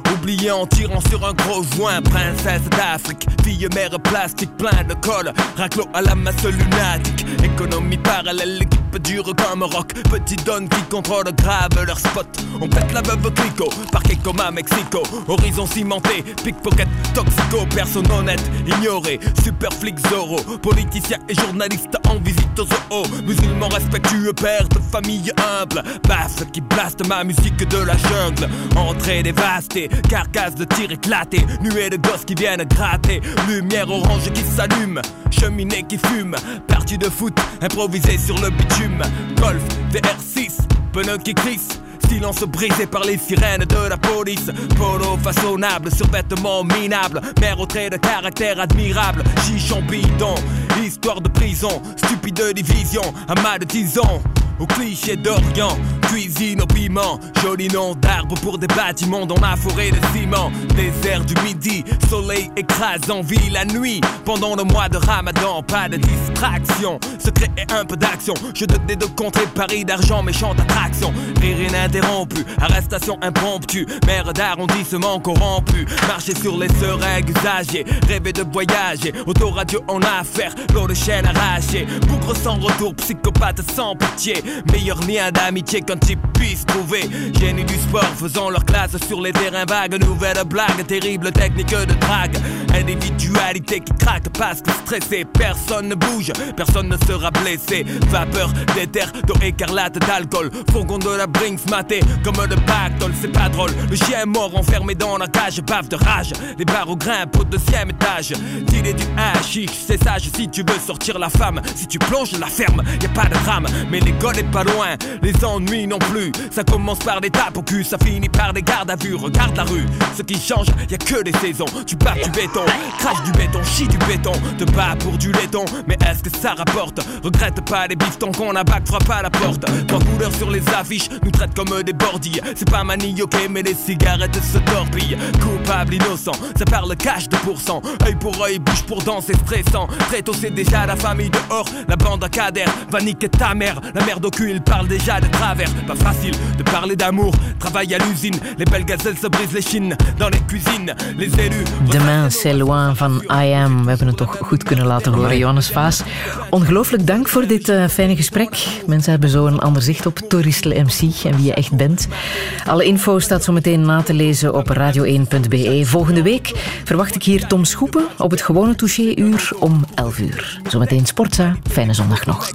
oubliée en tirant sur un gros joint. Princesse d'Afrique, fille mère plastique, plein de colle, raclo à la masse lunatique. Économie parallèle, l'équipe dure comme rock. Petit donne qui contrôle grave leur spot. On pète la veuve Clico, parquet comme à Mexico. Horizon cimenté, pickpocket, toxico, personne honnête, ignoré, super flic Zorro. Politicien et journaliste en visite au zoo. Musulman respectueux, père de famille humble. Basse qui blaste ma musique de la jungle. Entrée dévastée, carcasse de tir éclaté. Nuée de gosses qui viennent gratter. Lumière orange qui s'allume, cheminée qui fume. Partie de foot, improvisée sur le bitume. Golf, V R six, pneus qui crissent. Silence brisé par les sirènes de la police. Polo façonnable, survêtement minable. Mère au trait de caractère admirable. Chichon bidon, histoire de prison. Stupide division, amas de tisons. Au cliché d'Orient, cuisine au piment. Joli nom d'arbre pour des bâtiments dans la forêt de ciment. Désert du midi, soleil écrasant, vie la nuit. Pendant le mois de Ramadan, pas de distraction. Secret et un peu d'action. Je te des deux contrées, Paris d'argent, méchante attraction. Rire ininterrompu, arrestation impromptue. Maire d'arrondissement corrompu. Marcher sur les seringues usagées. Rêver de voyager, autoradio en affaires. L'eau de chaîne arrachée. Bougre sans retour, psychopathe sans pitié. Meilleur lien d'amitié qu'un type puisse trouver. Génie du sport faisant leur classe sur les terrains vagues. Nouvelle blague, terrible technique de drague. Individualité qui craque parce que stressé. Personne ne bouge, personne ne sera blessé. Vapeur d'éther, d'eau écarlate, d'alcool. Fourgon de la Brinks maté comme le pactole. C'est pas drôle, le chien mort enfermé dans la cage. Bave de rage, les barres au grimpent au deuxième étage. Dealer du hashish, c'est sage si tu veux sortir la femme. Si tu plonges la ferme, y a pas de drame. Mais l'école est pas loin, les ennuis non plus. Ça commence par des tapes au cul, ça finit par des gardes à vue. Regarde la rue, ce qui change, y a que des saisons. Tu bats du béton, crache du béton, chie du béton. Te bats pour du laiton, mais est-ce que ça rapporte? Regrette pas les bifetons qu'on abac, frappe à la porte. Trois couleurs sur les affiches, nous traitent comme des bordilles. C'est pas manioqué, mais les cigarettes se torpillent. Coupable, innocent, ça parle cash de pourcent. Œil pour œil, bouche pour dent, c'est stressant. Très tôt c'est déjà la famille dehors. La bande à Kader va niquer ta mère. La mère d'au cul, il parle déjà de travers. Pas facile de parler d'amour, travail à l'usine. Les belles gazelles se brisent les chines dans les cuisines. Les élus... Demain, c'est loin van I Am. We hebben het toch goed kunnen laten horen, Johannes Vaas. Ongelooflijk dank voor dit uh, fijne gesprek. Mensen hebben zo een ander zicht op Toristel M C en wie je echt bent. Alle info staat zo meteen na te lezen op radio één punt b e. Volgende week verwacht ik hier Tom Schoepen op het gewone Touché-uur om elf uur. Zometeen Sportza. Fijne zondag nog.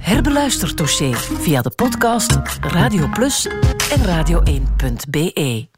Herbeluister Touché via de podcast, Radio Plus en radio één punt b e.